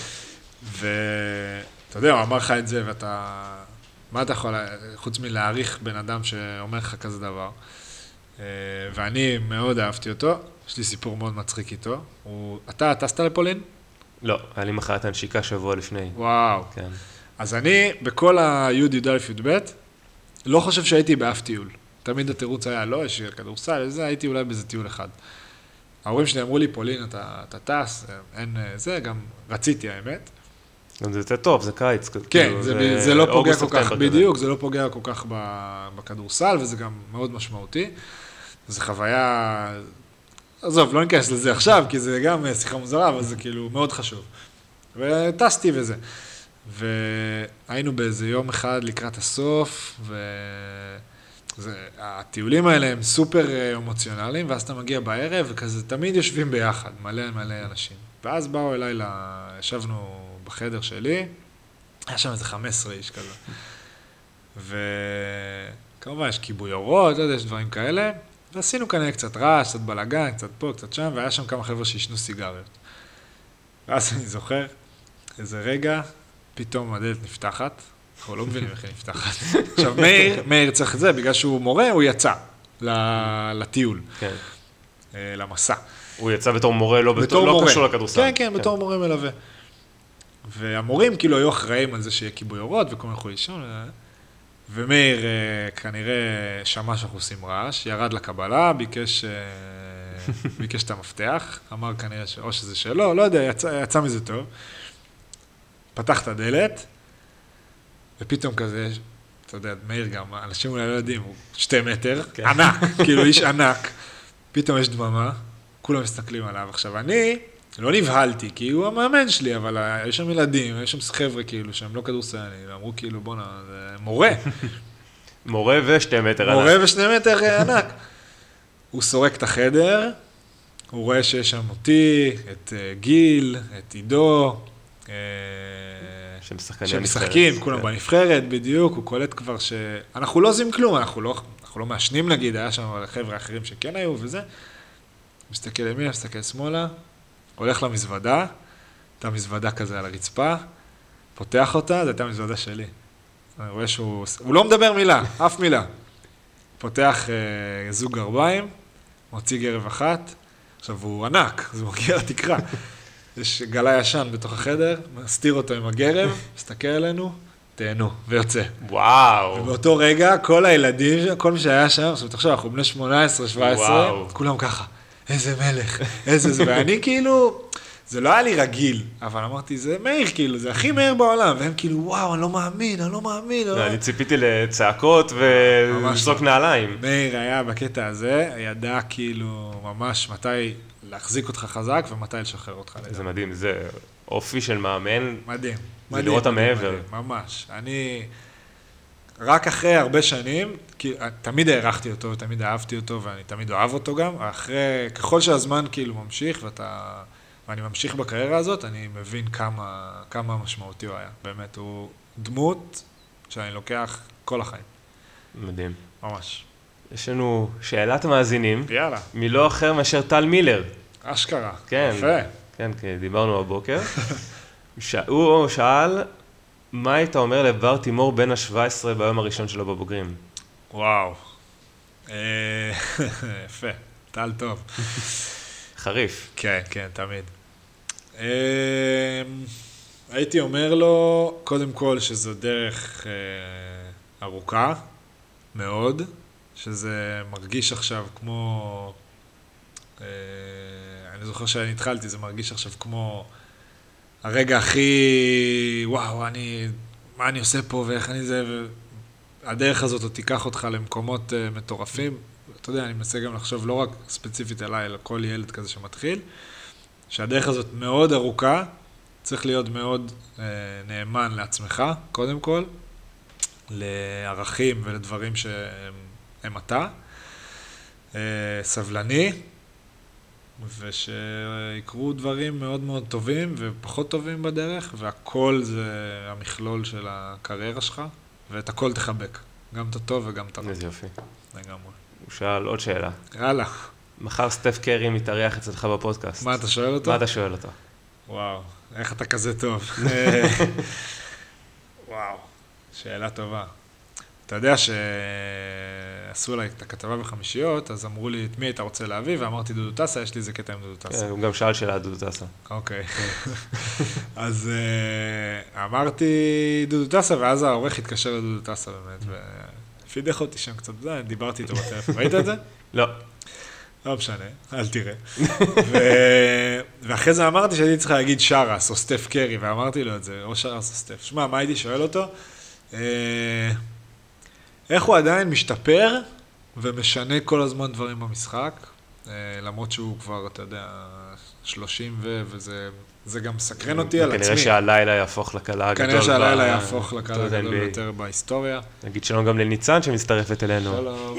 ואתה יודע, הוא אמר לך את זה, ואתה... מה אתה יכול, חוץ מלהעריך בן אדם שאומר לך כזה דבר? ואני מאוד אהבתי אותו, יש לי סיפור מאוד מצחיק איתו. אתה טסת לפולין? לא, היה לי מחאת הנשיקה שבוע לפני. וואו. כן. אז אני, בכל ה-י' לא חושב שהייתי באף טיול. תמיד התירוץ היה, לא, יש כדורסל, זה, הייתי אולי באיזה טיול אחד. ההורים שלי אמרו לי, פולין, אתה טס, אין זה, גם רציתי, האמת. גם זה יותר טוב, זה קיץ. כן, זה לא פוגע כל כך, בדיוק, זה לא פוגע כל כך בכדורסל, וזה גם מאוד משמעותי. זו חוויה, עזוב, לא ניכנס לזה עכשיו, כי זה גם שיחה מוזרה, אבל זה כאילו מאוד חשוב. וטסתי וזה. והיינו באיזה יום אחד לקראת הסוף, והטיולים האלה הם סופר אמוציונליים, ואז אתה מגיע בערב, וכזה תמיד יושבים ביחד, מלא מלא אנשים. ואז באו אליי, ישבנו בחדר שלי, היה שם איזה 15 איש כזה. וכמובן יש כיבוי אורות, לא יודע, יש דברים כאלה, ועשינו כנראה קצת רעש, קצת בלגן, קצת פה, קצת שם, והיה שם כמה חבר'ה שישנו סיגריות. ואז אני זוכר, איזה רגע, פתאום הדלת נפתחת, אנחנו לא מבינים איך היא נפתחת. עכשיו, מאיר צריך את זה, בגלל שהוא מורה, הוא יצא לטיול, למסע. הוא יצא בתור מורה, לא קשור לכדורסל. כן, כן, בתור מורה מלווה. והמורים כאילו היו אחראים על זה שיהיה כיבוי אורות, וכל מיני יכולים לישון, ומאיר כנראה שמע שאנחנו עושים רעש, ירד לקבלה, ביקש את המפתח, אמר כנראה או שזה שלו, לא יודע, יצא מזה טוב. פתח את הדלת, ופתאום כזה, אתה יודע, מאיר גם, אנשים אולי לא יודעים, הוא 2 מטר, ענק, כאילו איש ענק, פתאום יש דממה, כולם מסתכלים עליו. עכשיו אני לא נבהלתי, כי הוא המאמן שלי, אבל יש שם ילדים, יש שם חבר'ה כאילו, שהם לא כדורסלנים, ואמרו כאילו, בוא'נה, זה מורה. מורה ו2 מטר ענק. מורה ו2 מטר ענק. הוא סורק את החדר, הוא רואה שיש שם אותי, את גיל, את עידו, שמשחקים, כולם בנבחרת, בדיוק, הוא קולט כבר אנחנו לא עושים כלום, אנחנו לא מעשנים נגיד, היה שם חבר'ה אחרים שכן היו וזה, מסתכל ימינה, מסתכל שמאלה, הולך למזוודה, הייתה מזוודה כזה על הרצפה, פותח אותה, זו הייתה מזוודה שלי. אני רואה שהוא לא מדבר מילה, אף מילה. פותח זוג גרביים, מוציא גרב אחת, עכשיו הוא ענק, אז הוא מגיע לתקרה. יש גלה ישן בתוך החדר, מסתיר אותו עם הגרב, מסתכל עלינו, תהנו, ויוצא. וואו. ובאותו רגע, כל הילדים, כל מי שהיה שם, עכשיו תחשוב, אנחנו בני 18, 17, כולם ככה, איזה מלך, איזה זה, ואני כאילו, זה לא היה לי רגיל, אבל אמרתי, זה מאיר כאילו, זה הכי מאיר בעולם, והם כאילו, וואו, אני לא מאמין. אני ציפיתי לצעקות ולשזוק נעליים. מאיר היה בקטע הזה, ידע כאילו ממש מתי להחזיק אותך חזק ומתי לשחרר אותך. זה מדהים, זה אופי של מאמן. מדהים. זה לראות המעבר. ממש. אני, רק אחרי הרבה שנים, תמיד הערכתי אותו ותמיד אהבתי אותו ואני תמיד אוהב אותו גם, אחרי, ככל שהזמן כאילו ממשיך ואני ממשיך בקריירה הזאת, אני מבין כמה משמעותי הוא היה. באמת, הוא דמות שאני לוקח כל החיים. מדהים. ממש. יש לנו שאלת מאזינים. יאללה. מלא אחר מאשר טל מילר. אשכרה. כן. יפה. כן, דיברנו הבוקר. הוא שאל, מה היית אומר לבר תימור בן ה-17 ביום הראשון שלו בבוגרים? וואו. יפה. טל טוב. חריף. כן, כן, תמיד. הייתי אומר לו, קודם כל, שזו דרך ארוכה מאוד, שזה מרגיש עכשיו כמו, אני זוכר שאני התחלתי, זה מרגיש עכשיו כמו הרגע הכי, וואו, מה אני עושה פה ואיך אני זה, והדרך הזאת עוד תיקח אותך למקומות מטורפים. אתה יודע, אני מנסה גם לחשוב לא רק ספציפית עליי, אלא כל ילד כזה שמתחיל, שהדרך הזאת מאוד ארוכה, צריך להיות מאוד נאמן לעצמך, קודם כל, לערכים ולדברים שהם אתה, סבלני, ושיקרו דברים מאוד מאוד טובים ופחות טובים בדרך, והכל זה המכלול של הקריירה שלך, ואת הכל תחבק, גם את הטוב וגם את הרע. איזה יופי. לגמרי. הוא שאל עוד שאלה. יאללה. מחר סטף קרי מתארח אצלך בפודקאסט. מה אתה שואל אותו? מה אתה שואל אותו? וואו, איך אתה כזה טוב. וואו, שאלה טובה. אתה יודע שעשו עליי את הכתבה בחמישיות, אז אמרו לי, את מי היית רוצה להביא, ואמרתי דודו טסה, יש לי איזה קטע עם דודו טסה. הוא גם שאל שאלה דודו טסה. אוקיי. אז אמרתי דודו טסה, ואז העורך התקשר לדודו טסה באמת, ופידח אותי שם קצת, דיברתי איתו בטלפון. ראית את זה? לא. לא משנה, אל תראה. ואחרי זה אמרתי שהייתי צריך להגיד שרס או סטף קרי, ואמרתי לו את זה, או שרס או סטף. שמע, מה הייתי שואל אותו? איך הוא עדיין משתפר ומשנה כל הזמן דברים במשחק, למרות שהוא כבר, אתה יודע, 30 וזה גם סקרן אותי על עצמי. כנראה שהלילה יהפוך לקלה הגדול. כנראה שהלילה יהפוך לקלה הגדול יותר בהיסטוריה. נגיד שלום גם לניצן שמצטרפת אלינו. שלום.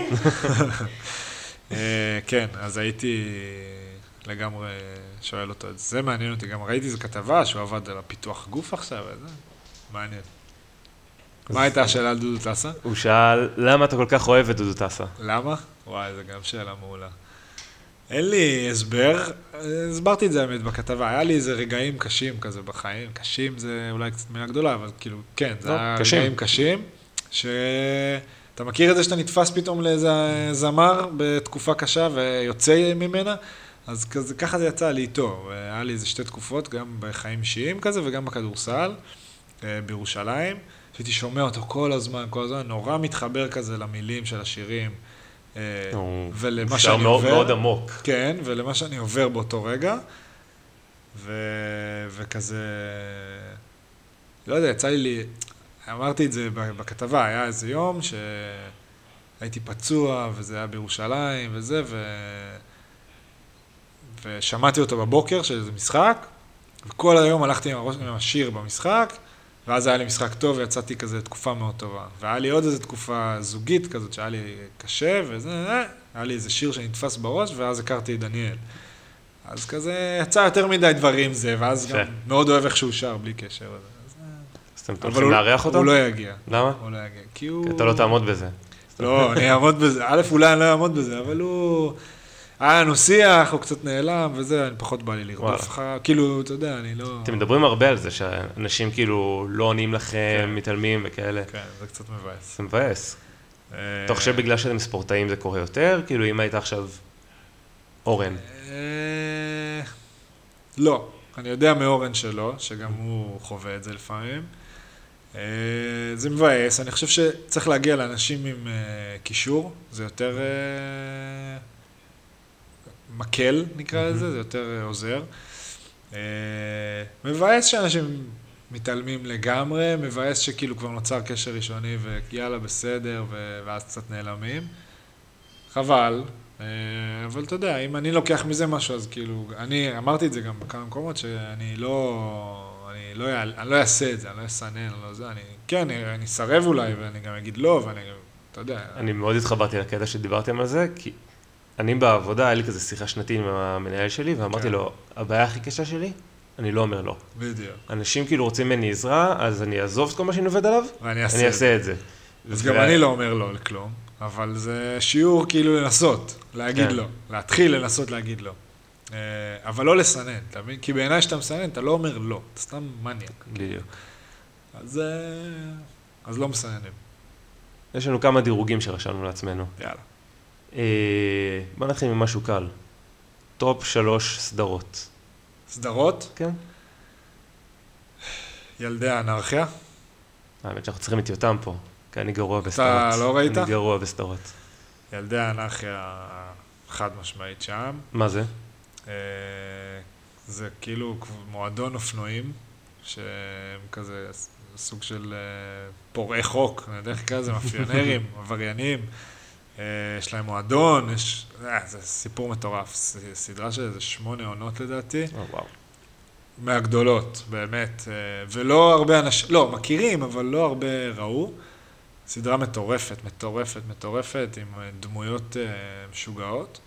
כן, אז הייתי לגמרי שואל אותו את זה. זה מעניין אותי, גם ראיתי איזו כתבה שהוא עבד על הפיתוח גוף עכשיו, וזה מעניין. מה הייתה השאלה על דודו טסה? הוא שאל, למה אתה כל כך אוהב את דודו טסה? למה? וואי, זו גם שאלה מעולה. אין לי הסבר, הסברתי את זה האמת בכתבה, היה לי איזה רגעים קשים כזה בחיים, קשים זה אולי קצת מילה גדולה, אבל כאילו, כן, זה היה רגעים קשים, שאתה מכיר את זה שאתה נתפס פתאום לאיזה זמר בתקופה קשה ויוצא ממנה, אז ככה זה יצא לי איתו, היה לי איזה שתי תקופות, גם בחיים אישיים כזה וגם בכדורסל, בירושלים, שהייתי שומע אותו כל הזמן, נורא מתחבר כזה למילים של השירים, ולמה שאני עובר, מאוד עמוק. כן, ולמה שאני עובר באותו רגע, וכזה, לא יודע, יצא לי, אמרתי את זה בכתבה, היה איזה יום שהייתי פצוע, וזה היה בירושלים וזה, ושמעתי אותו בבוקר שזה משחק, וכל היום הלכתי עם השיר במשחק, ואז היה לי משחק טוב, ויצאתי כזה תקופה מאוד טובה. והיה לי עוד איזו תקופה זוגית כזאת, שהיה לי קשה, וזה, היה לי איזה שיר שנתפס בראש, ואז הכרתי את דניאל. אז כזה יצא יותר מדי דברים זה, ואז גם מאוד אוהב איך שהוא שר, בלי קשר. אז אתם הולכים לארח אותו? הוא לא יגיע. למה? הוא לא יגיע. כי הוא... אתה לא תעמוד בזה. לא, אני אעמוד בזה. א', אולי אני לא אעמוד בזה, אבל הוא... היה לנו שיח, הוא קצת נעלם, וזה, אני פחות בא לי לרדוף לך, כאילו, אתה יודע, אני לא... אתם מדברים הרבה על זה, שאנשים כאילו לא עונים לכם, מתעלמים וכאלה. כן, זה קצת מבאס. זה מבאס. אתה חושב בגלל שאתם ספורטאים זה קורה יותר? כאילו, אם היית עכשיו אורן. לא, אני יודע מאורן שלו, שגם הוא חווה את זה לפעמים. זה מבאס, אני חושב שצריך להגיע לאנשים עם קישור, זה יותר... מקל נקרא לזה, זה יותר עוזר. מבאס שאנשים מתעלמים לגמרי, מבאס שכאילו כבר נוצר קשר ראשוני ויאללה בסדר ואז קצת נעלמים. חבל, אבל אתה יודע, אם אני לוקח מזה משהו אז כאילו, אני אמרתי את זה גם בכמה מקומות שאני לא אעשה את זה, אני לא אסנן, כן, אני אסרב אולי ואני גם אגיד לא ואני גם, אתה יודע. אני מאוד התחברתי לקטע שדיברתם על זה, כי אני בעבודה, היה לי כזה שיחה שנתית עם המנהל שלי, ואמרתי לו, הבעיה הכי קשה שלי, אני לא אומר לא. בדיוק. אנשים כאילו רוצים ממני עזרה, אז אני אעזוב את כל מה שאני עובד עליו, אני אעשה את זה. אז גם אני לא אומר לא לכלום. אבל זה שיעור כאילו לנסות, להגיד לו, להתחיל לנסות להגיד לו. אבל לא לסנן, אתה מבין? כי בעיניי שאתה מסנן, אתה לא אומר לא, אתה סתם מניאק. בדיוק. אז לא מסננים. יש לנו כמה דירוגים שרשמנו לעצמנו. יאללה. בוא נתחיל ממשהו קל. טופ 3 סדרות. סדרות? כן. ילדי האנרכיה. האמת שאנחנו צריכים את יותם פה, כי אני גרוע בסדרות. אתה לא ראית? אני גרוע בסדרות. ילדי האנרכיה חד משמעית שם. מה זה? זה כאילו מועדון אופנועים, שהם כזה סוג של פורעי חוק, אני יודע איך כזה, מאפיונרים, עבריינים. יש להם מועדון, זה סיפור מטורף. סדרה של איזה 8 עונות לדעתי. וואו. מהגדולות, באמת. ולא הרבה אנשים, לא, מכירים, אבל לא הרבה ראו. סדרה מטורפת, מטורפת, מטורפת, עם דמויות משוגעות.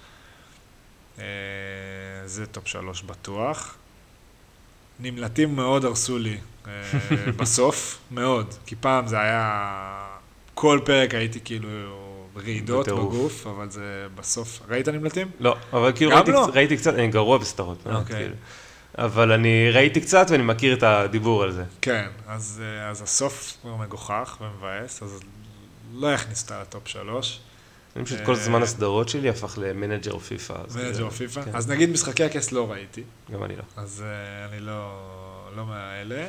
זה טופ 3 בטוח. נמלטים מאוד הרסו לי בסוף, מאוד. כי פעם זה היה, כל פרק הייתי כאילו רעידות בגוף, אבל זה בסוף. ראית נמלטים? לא, אבל כאילו ראיתי קצת, אני גרוע בסדרות. אוקיי. אבל אני ראיתי קצת ואני מכיר את הדיבור על זה. כן, אז הסוף הוא מגוחך ומבאס, אז לא יכניס אותה לטופ 3. אני פשוט כל זמן הסדרות שלי הפך למנג'ר פיפה. מנג'ר פיפה? אז נגיד משחקי הכס לא ראיתי. גם אני לא. אז אני לא מהאלה.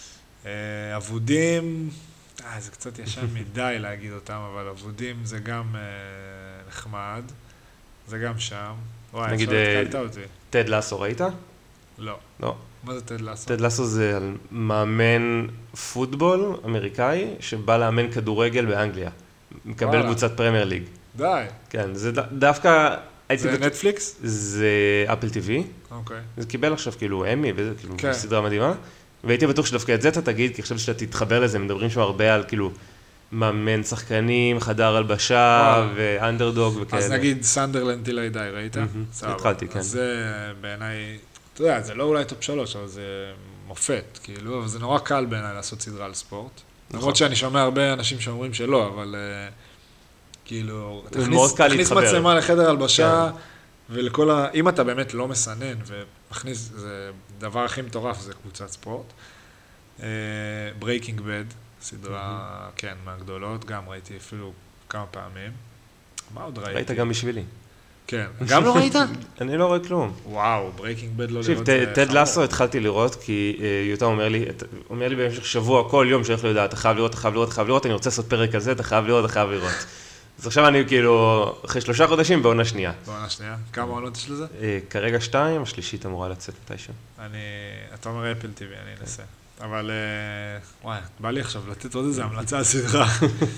אבודים, זה קצת ישן מדי להגיד אותם, אבל אבודים זה גם נחמד. זה גם שם. וואי, עכשיו התקלת אותי. טד לסו ראית? לא. לא. מה זה טד לסו? טד לסו זה על מאמן פוטבול אמריקאי שבא לאמן כדורגל באנגליה. מקבל קבוצת פרמייר ליג. די. כן, זה דווקא... זה נטפליקס? זה אפל טיווי. אוקיי. זה קיבל עכשיו כאילו אמי, וזה כאילו סדרה מדהימה. והייתי בטוח שדווקא את זה אתה תגיד, כי חשבתי שאתה תתחבר לזה, מדברים שם הרבה על כאילו מאמן שחקנים, חדר הלבשה ואנדרדוג וכאלה. אז נגיד סנדרלנד טילי די, ראית? התחלתי, כן. אז זה בעיניי, אתה יודע, זה לא אולי טופ 3, אבל זה מופת, כאילו, אבל זה נורא קל בעיניי לעשות סדרה על ספורט. למרות שאני שומע הרבה אנשים שאומרים שלא, אבל כאילו, תכניס מצלמה לחדר הלבשה, ולכל אם אתה באמת לא מסנן, ומכניס, זה דבר הכי מטורף, זה קבוצת ספורט. ברייקינג בד, סדרה, כן, מהגדולות, גם ראיתי אפילו כמה פעמים. מה עוד ראיתי? ראית גם בשבילי. כן. גם לא ראית? אני לא רואה כלום. וואו, ברייקינג בד לא לראות זה חמור. טד לסו התחלתי לראות, כי יותם אומר לי במשך שבוע, כל יום שהולך ליודע, אתה חייב לראות, אתה חייב לראות, אתה חייב לראות, אני רוצה לעשות פרק כזה, אתה חייב לראות, אתה חייב לראות. אז עכשיו אני כאילו, אחרי 3 חודשים בעונה שנייה. בעונה שנייה? כמה עונות יש לזה? כרגע 2, השלישית אמורה לצאת מתישהו. אתה אומר אפל טיווי, אני אנסה. אבל, וואי, בא לי עכשיו לתת עוד איזה המלצה על סדרה.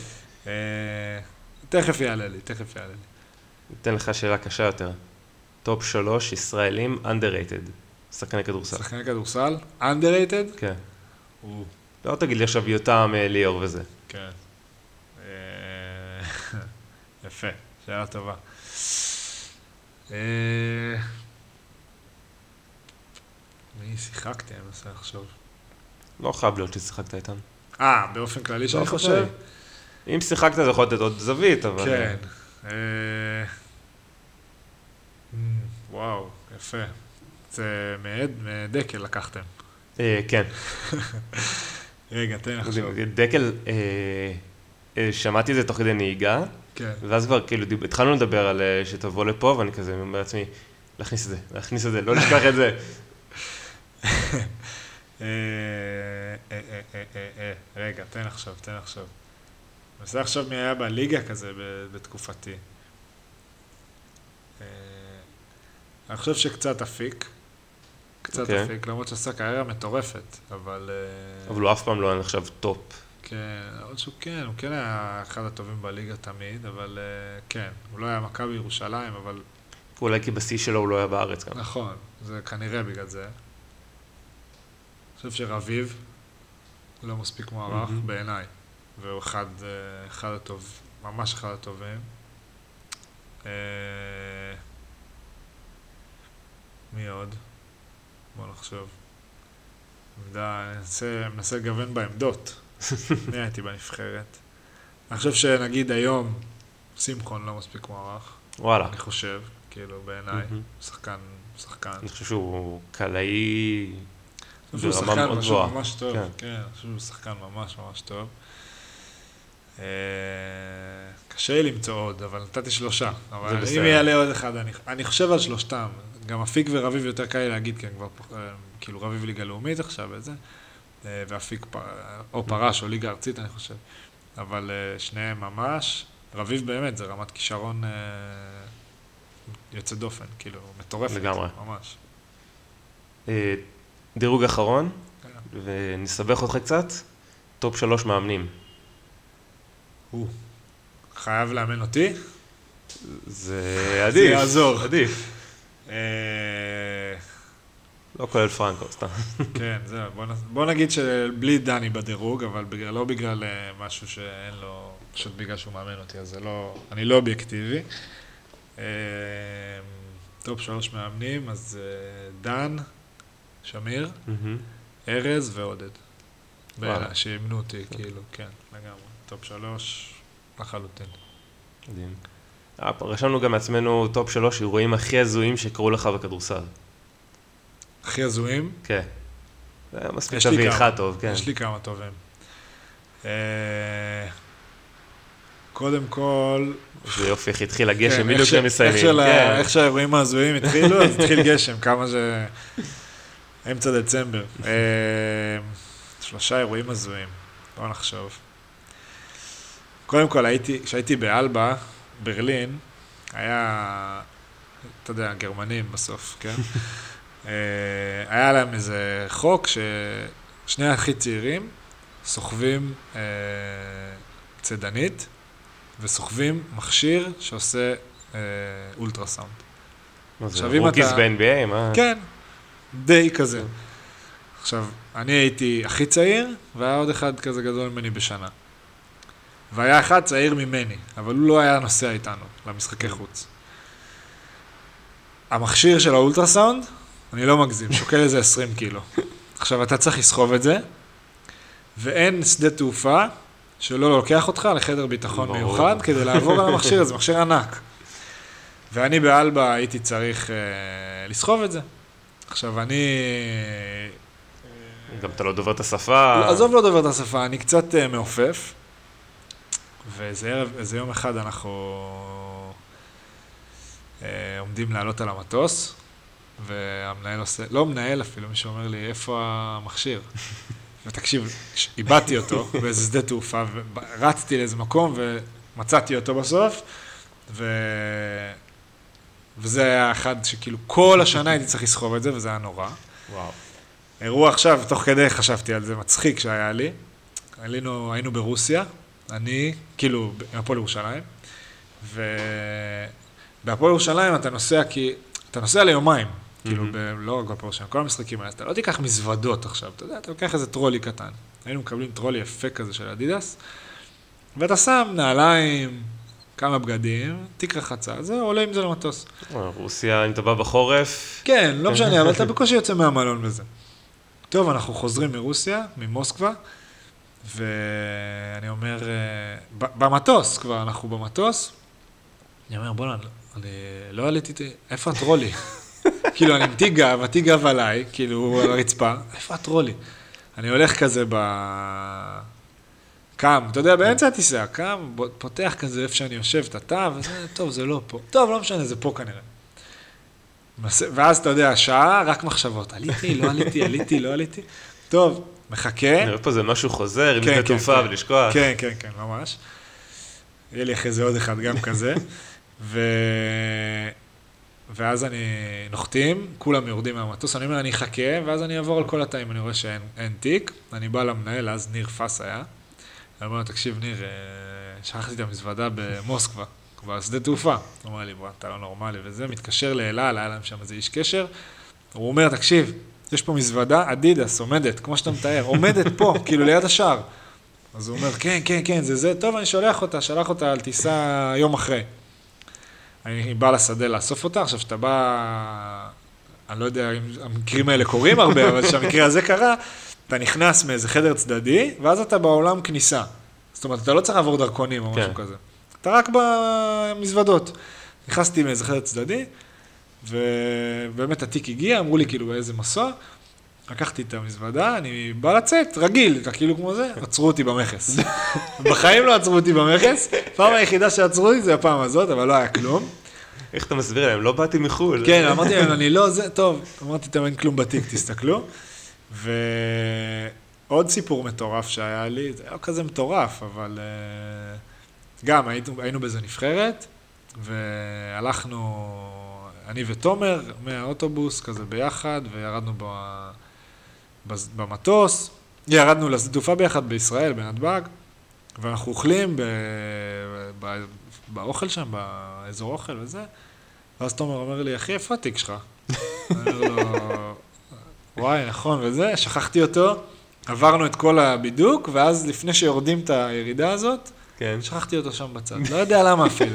תכף יעלה לי. אתן לך שאלה קשה יותר. טופ 3 ישראלים underrated. שחקני כדורסל. שחקני כדורסל? underrated? כן. לא תגיד לי עכשיו יותם, ליאור וזה. כן. יפה, שאלה טובה. מי שיחקתי, אני מנסה לחשוב. לא חייב להיות ששיחקת איתן. באופן כללי שאני חושב? אם שיחקת זה יכול לתת עוד זווית, אבל... כן. וואו, יפה. זה מדקל לקחתם. כן. רגע, תן לחשוב. דקל, שמעתי את זה תוך כדי נהיגה, ואז כבר כאילו התחלנו לדבר על שתבוא לפה, ואני כזה אומר לעצמי, להכניס את זה, לא לשכח את זה. רגע, תן לחשוב. אני מנסה לחשוב מי היה בליגה כזה בתקופתי. אני חושב שקצת אפיק. למרות שעשה קריירה מטורפת, אבל... אבל הוא אף פעם לא היה נחשב טופ. כן, עוד שהוא כן, הוא כן היה אחד הטובים בליגה תמיד, אבל כן, הוא לא היה מכבי ירושלים, אבל... ואולי כי בשיא שלו הוא לא היה בארץ גם. נכון, זה כנראה בגלל זה. אני חושב שרביב לא מספיק מוערך בעיניי, והוא אחד הטוב, ממש אחד הטובים. מי עוד? בוא נחשוב. אני מנסה לגוון בעמדות. מי הייתי בנבחרת? אני חושב שנגיד היום, סימכון לא מספיק מוערך. וואלה. אני חושב, כאילו, בעיניי, שחקן. אני חושב שהוא קלעי ברמה מאוד גבוהה. אני חושב שהוא ממש טוב, כן, אני חושב שהוא שחקן ממש ממש טוב. קשה לי למצוא עוד, אבל נתתי 3. אבל אם יעלה עוד אחד, אני חושב על 3. גם אפיק ורביב יותר קל לי להגיד, כי הם כבר, כאילו, רביב ליגה לאומית עכשיו וזה, ואפיק או פרש או ליגה ארצית, אני חושב. אבל שניהם ממש, רביב באמת, זה רמת כישרון יוצא דופן, כאילו, מטורפת. לגמרי. ממש. דירוג אחרון, ונסבך אותך קצת, טופ 3 מאמנים. חייב לאמן אותי? זה עדיף. זה יעזור. עדיף. לא כולל פרנקו, סתם. כן, זהו. בוא נגיד שבלי דני בדירוג, אבל לא בגלל משהו שאין לו, פשוט בגלל שהוא מאמן אותי, אז זה לא, אני לא אובייקטיבי. טופ 3 מאמנים, אז דן, שמיר, ארז ועודד. שימנו אותי, כאילו, כן, לגמרי. טופ 3, לחלוטין. מדהים. רשמנו גם מעצמנו טופ 3 אירועים הכי הזויים שקרו לך בכדורסל. הכי הזויים? כן. זה היה מספיק תביא אחד טוב, כן. יש לי כמה טובים. קודם כל... זה יופי, איך התחיל הגשם, בדיוק הם מסיימים. איך שהאירועים ההזויים התחילו, אז התחיל גשם, כמה זה... אמצע דצמבר. 3 אירועים הזויים, בוא נחשוב. קודם כל, כשהייתי באלבה, ברלין, היה, אתה יודע, גרמנים בסוף, כן? היה להם איזה חוק ששני הכי צעירים סוחבים צדנית וסוחבים מכשיר שעושה אולטרסאונד. רוקיס ב-NBA, מה? כן, די כזה. עכשיו, אני הייתי הכי צעיר, והיה עוד אחד כזה גדול ממני בשנה. והיה אחד צעיר ממני, אבל הוא לא היה נוסע איתנו למשחקי חוץ. המכשיר של האולטרסאונד, אני לא מגזים, שוקל איזה 20 קילו. עכשיו, אתה צריך לסחוב את זה, ואין שדה תעופה שלא לוקח אותך לחדר ביטחון מיוחד, כדי לעבור על המכשיר הזה, מכשיר ענק. ואני באלבה הייתי צריך לסחוב את זה. עכשיו, אני... גם אתה לא דובר את השפה. עזוב לא דובר את השפה, אני קצת מעופף. ואיזה יום אחד אנחנו עומדים לעלות על המטוס, והמנהל עושה, לא מנהל אפילו, מישהו אומר לי, איפה המכשיר? ותקשיב, איבדתי אותו באיזה שדה תעופה, ורצתי לאיזה מקום ומצאתי אותו בסוף, וזה היה אחד שכאילו כל השנה הייתי צריך לסחוב את זה, וזה היה נורא. וואו. אירוע עכשיו, תוך כדי חשבתי על זה, מצחיק שהיה לי. היינו ברוסיה, אני, כאילו, בהפועל ירושלים, ובהפועל ירושלים אתה נוסע ליומיים, כאילו, לא רק בהפועל ירושלים, כל המשחקים האלה, אתה לא תיקח מזוודות עכשיו, אתה יודע, אתה לוקח איזה טרולי קטן. היינו מקבלים טרולי יפה כזה של אדידס, ואתה שם נעליים, כמה בגדים, תיק רחצה, זה עולה עם זה למטוס. רוסיה, אם אתה בא בחורף. כן, לא משנה, אבל אתה בקושי יוצא מהמלון וזה. טוב, אנחנו חוזרים מרוסיה, ממוסקבה, ואני אומר, במטוס כבר, אנחנו במטוס, אני אומר, בוא, אני לא עליתי, איפה הטרולי? כאילו, אני עם תיק גב עליי, כאילו, על הרצפה, איפה הטרולי? אני הולך כזה קם, אתה יודע, באמצע הטיסה, קם, פותח כזה איפה שאני יושב, את התא, וזה, טוב, זה לא פה. טוב, לא משנה, זה פה כנראה. ואז אתה יודע, שעה, רק מחשבות, עליתי, לא עליתי. טוב, מחכה. נראה פה זה משהו חוזר, עם זה תעופה ולשכוח. כן, ממש. יהיה לי אחרי זה עוד אחד גם כזה. ואז אני נוחתים, כולם יורדים מהמטוס, אני אומר, אני אחכה, ואז אני אעבור על כל התאים, אני רואה שאין תיק, אני בא למנהל, אז ניר פס היה. אני אומר, תקשיב, ניר, שכחתי את המזוודה במוסקבה, כבר שדה תעופה. הוא אומר לי, בוא, אתה לא נורמלי, וזה, מתקשר לאלעל, היה להם שם איזה איש קשר, הוא אומר, תקשיב, יש פה מזוודה, אדידס, עומדת, כמו שאתה מתאר, עומדת פה, כאילו ליד השער. אז הוא אומר, כן, זה, טוב, אני שלח אותה על טיסה יום אחרי. אני בא לשדה לאסוף אותה, עכשיו שאתה בא, אני לא יודע אם המקרים האלה קורים הרבה, אבל שהמקרה הזה קרה, אתה נכנס מאיזה חדר צדדי, ואז אתה בעולם כניסה. זאת אומרת, אתה לא צריך לעבור דרכונים או משהו כזה. אתה רק במזוודות. נכנסתי מאיזה חדר צדדי, ובאמת התיק הגיע, אמרו לי כאילו באיזה מסוע, לקחתי את המזוודה, אני בא לצאת, רגיל, כאילו כמו זה, עצרו אותי במכס. בחיים לא עצרו אותי במכס, פעם היחידה שעצרו אותי זה הפעם הזאת, אבל לא היה כלום. איך אתה מסביר להם? לא באתי מחול. כן, אמרתי להם, אני לא, זה טוב, אמרתי, אתם אין כלום בתיק, תסתכלו. ועוד סיפור מטורף שהיה לי, זה היה כזה מטורף, אבל גם היינו באיזה נבחרת, והלכנו, אני ותומר, מהאוטובוס כזה ביחד, וירדנו במטוס, ירדנו לשדה ביחד בישראל, בנתב"ג, ואנחנו אוכלים באוכל שם, באזור אוכל וזה, ואז תומר אומר לי, אחי, איפה התיק שלך? אני אומר לו, וואי, נכון, וזה, שכחתי אותו, עברנו את כל הבידוק, ואז לפני שיורדים את הירידה הזאת, שכחתי אותו שם בצד, לא יודע למה אפילו.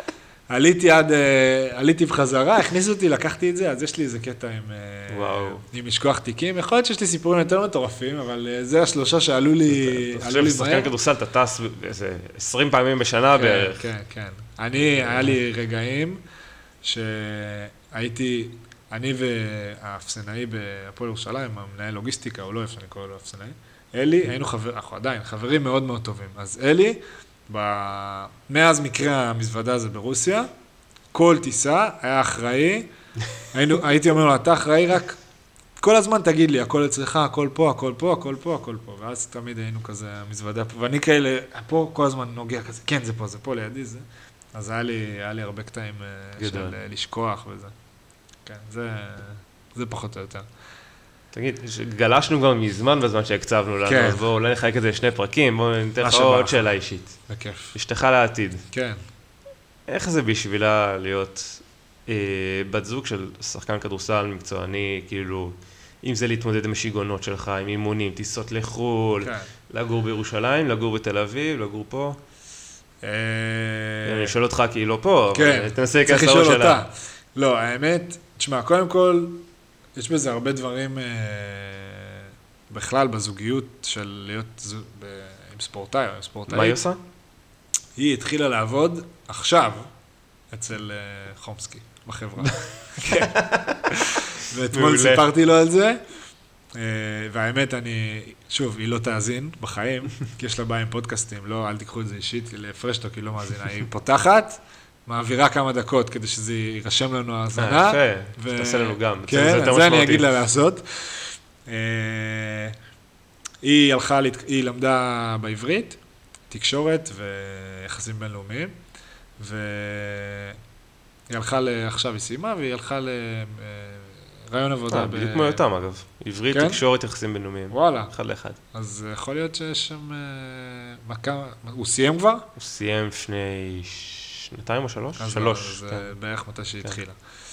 עליתי בחזרה, הכניסו אותי, לקחתי את זה, אז יש לי איזה קטע עם משכוח תיקים. יכול להיות שיש לי סיפורים יותר מטורפים, אבל זה השלושה שעלו לי מהר. אתה חושב, שחקן כדורסל, אתה טס איזה 20 פעמים בשנה בערך. כן, כן. היה לי רגעים שהייתי, אני והאפסנאי בהפועל ירושלים, המנהל לוגיסטיקה, או לא איפה שאני קורא לו אפסנאי, אלי, אנחנו עדיין חברים מאוד מאוד טובים. אז אלי, מאז מקרה המזוודה הזה ברוסיה, כל טיסה היה אחראי, הייתי אומר לו, אתה אחראי רק, כל הזמן תגיד לי, הכל אצלך, הכל פה, הכל פה, הכל פה, הכל פה, ואז תמיד היינו כזה, המזוודה פה, ואני כאלה, פה כל הזמן נוגע כזה, כן, זה פה לידי, זה. אז היה לי הרבה קטעים של לשכוח וזה. כן, זה פחות או יותר. תגיד, גלשנו כבר מזמן בזמן שהקצבנו לנו, אז בואו אולי נחלק את זה לשני פרקים, בואו ניתן לך עוד שאלה אישית. בכיף. אשתך לעתיד. כן. איך זה בשבילה להיות בת זוג של שחקן כדורסל מקצועני, כאילו, אם זה להתמודד עם השיגעונות שלך, עם אימונים, טיסות לחו"ל, לגור בירושלים, לגור בתל אביב, לגור פה? אני שואל אותך כי היא לא פה, אבל תנסה להיכנס לראש שלה. לא, האמת, תשמע, קודם כל, יש בזה הרבה דברים בכלל בזוגיות של להיות עם ספורטאי או עם ספורטאית. מה היא עושה? היא התחילה לעבוד עכשיו אצל חומסקי בחברה. ואתמול סיפרתי לו על זה, והאמת שוב, היא לא תאזין בחיים, כי יש לה בעיה עם פודקאסטים, לא, אל תיקחו את זה אישית, לפרשטו, כי היא לא מאזינה, היא פותחת, מעבירה כמה דקות כדי שזה יירשם לנו האזנה. יפה, שתעשה לנו גם. כן, זה אני אגיד לה לעשות. היא למדה בעברית, תקשורת ויחסים בינלאומיים, והיא הלכה עכשיו היא סיימה, והיא הלכה לרעיון עבודה. בדיוק כמו אותם אגב, עברית, תקשורת, יחסים בינלאומיים. וואלה. אחד לאחד. אז יכול להיות שיש שם, הוא סיים כבר? הוא סיים לפני 2 או 3? 3. זה בערך מתי שהיא התחילה.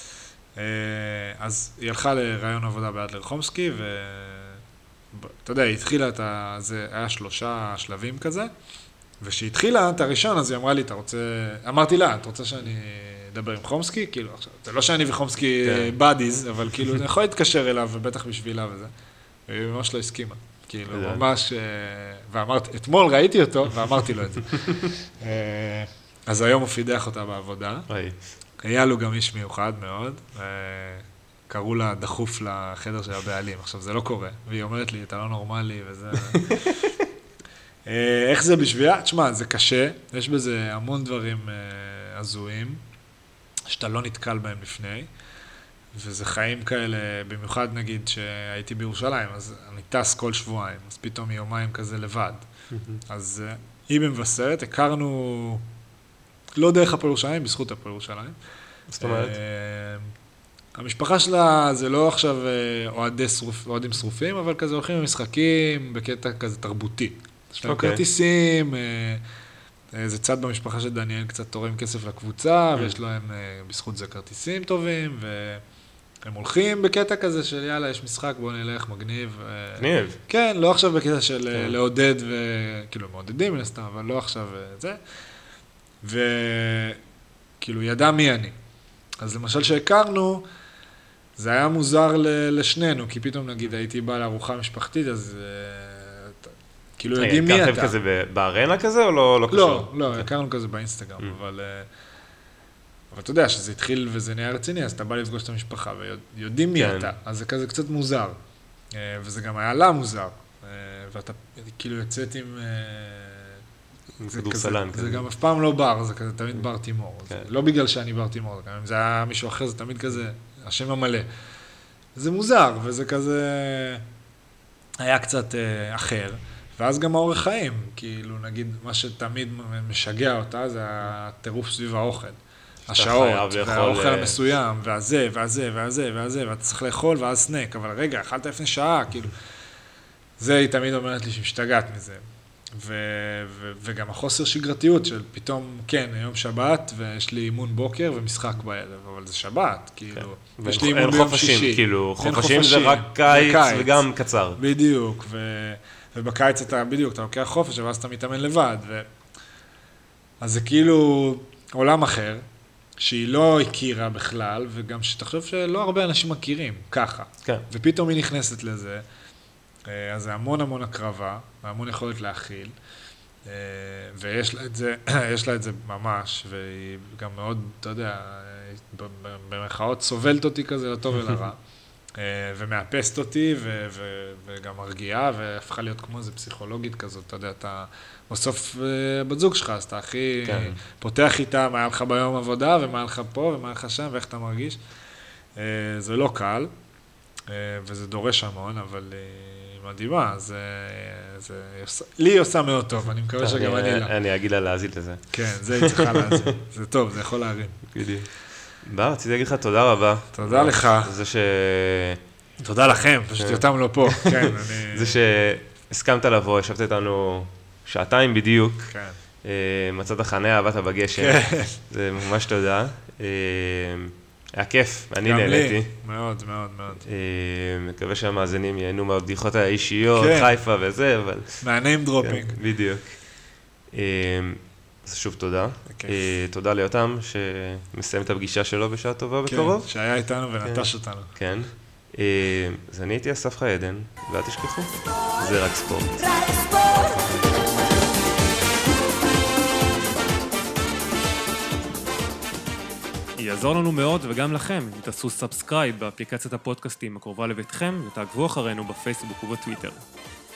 אז היא הלכה לרעיון עבודה באדלר חומסקי, ואתה יודע, היא התחילה זה היה 3 שלבים כזה, וכשהיא התחילה את הראשון, אז היא אמרה לי, אמרתי לה, את רוצה שאני אדבר עם חומסקי? כאילו, עכשיו, זה לא שאני וחומסקי בדיז, אבל כאילו, אני יכול להתקשר אליו, ובטח בשבילה וזה. והיא ממש לא הסכימה. כאילו, ממש, ואמרתי, אתמול ראיתי אותו, ואמרתי לו את זה. אז היום הוא פידח אותה בעבודה. היה לו גם איש מיוחד מאוד, קראו לה דחוף לחדר של הבעלים. עכשיו, זה לא קורה, והיא אומרת לי, אתה לא נורמלי, וזה... איך זה בשבילה? תשמע, זה קשה, יש בזה המון דברים הזויים, שאתה לא נתקל בהם לפני, וזה חיים כאלה, במיוחד נגיד שהייתי בירושלים, אז אני טס כל שבועיים, אז פתאום יומיים כזה לבד. אז היא במבשרת, הכרנו, לא דרך הפועל ירושלים, בזכות הפועל ירושלים. זאת אומרת? המשפחה שלה זה לא עכשיו אוהדים שרופים, אבל כזה הולכים למשחקים בקטע כזה תרבותי. יש להם כרטיסים, זה צד במשפחה של דניאל קצת תורם כסף לקבוצה, ויש להם בזכות זה כרטיסים טובים, והם הולכים בקטע כזה של יאללה, יש משחק, בואו נלך, מגניב. מגניב. כן, לא עכשיו בקטע של לעודד, וכאילו מעודדים מן הסתם, אבל לא עכשיו זה. וכאילו ידע מי אני. אז למשל שהכרנו, זה היה מוזר לשנינו, כי פתאום נגיד הייתי בא לארוחה משפחתית, אז כאילו יודעים מי אתה. הכרתם כזה בארנה כזה או לא קשור? לא, הכרנו כזה באינסטגרם, אבל אתה יודע שזה התחיל וזה נהיה רציני, אז אתה בא לפגוש את המשפחה ויודעים מי אתה, אז זה כזה קצת מוזר, וזה גם היה לה מוזר, ואתה כאילו יוצאת עם... כדורסלן כזה. זה גם אף פעם לא בר, זה כזה תמיד בר תימור. לא בגלל שאני בר תימור, אם זה היה מישהו אחר, זה תמיד כזה, השם המלא. זה מוזר, וזה כזה היה קצת אחר. ואז גם האורך חיים, כאילו נגיד, מה שתמיד משגע אותה, זה הטירוף סביב האוכל. השעות, והאוכל המסוים, והזה, ואתה צריך לאכול, ואז סנק. אבל רגע, אכלת לפני שעה, כאילו. זה היא תמיד אומרת לי שמשתגעת מזה. וגם החוסר שגרתיות של פתאום, כן, היום שבת, ויש לי אימון בוקר ומשחק בערב, אבל זה שבת, כאילו, יש לי אימון ביום שישי. כאילו, חופשים זה רק קיץ וגם קצר. בדיוק, ובקיץ אתה, בדיוק, אתה לוקח חופש, ואז אתה מתאמן לבד, אז זה כאילו עולם אחר, שהיא לא הכירה בכלל, וגם שתחשוב שלא הרבה אנשים מכירים, ככה. ופתאום היא נכנסת לזה, אז זה המון הקרבה, והמון יכולת להכיל, ויש לה את זה ממש, והיא גם מאוד, אתה יודע, במרכאות סובלת אותי כזה לטוב ולרע, ומאפסת אותי, וגם מרגיעה, והפכה להיות כמו איזה פסיכולוגית כזאת, אתה יודע, אתה בסוף בת זוג שלך, אז אתה הכי פותח איתה מה היה לך ביום עבודה, ומה היה לך פה, ומה היה לך שם, ואיך אתה מרגיש. זה לא קל, וזה דורש המון, אבל מדהימה, לי היא עושה מאוד טוב, אני מקווה שגם אני לה. אני אגיד לה להזיל לזה. כן, זה היא צריכה להזיל, זה טוב, זה יכול להרים. בדיוק. רציתי להגיד לך תודה רבה. תודה לך. תודה לכם, פשוט יותם לא פה. זה שהסכמת לבוא, ישבת איתנו שעתיים בדיוק. מצאת חניה, באת בגשם. זה ממש תודה. היה כיף, אני נהניתי. מאוד. מקווה שהמאזינים ייהנו מהבדיחות האישיות, חיפה וזה, אבל... מהניים דרופינג. בדיוק. אז שוב תודה. תודה ליותם שמסיים את הפגישה שלו בשעה טובה בקרוב. כן, שהיה איתנו ונטש אותנו. כן. אז אני הייתי אסף חיידן, ואל תשכחו, זה רק ספורט. יעזור לנו מאוד וגם לכם, תעשו סאבסקרייב באפליקציית הפודקאסטים הקרובה לביתכם ותעקבו אחרינו בפייסבוק ובטוויטר.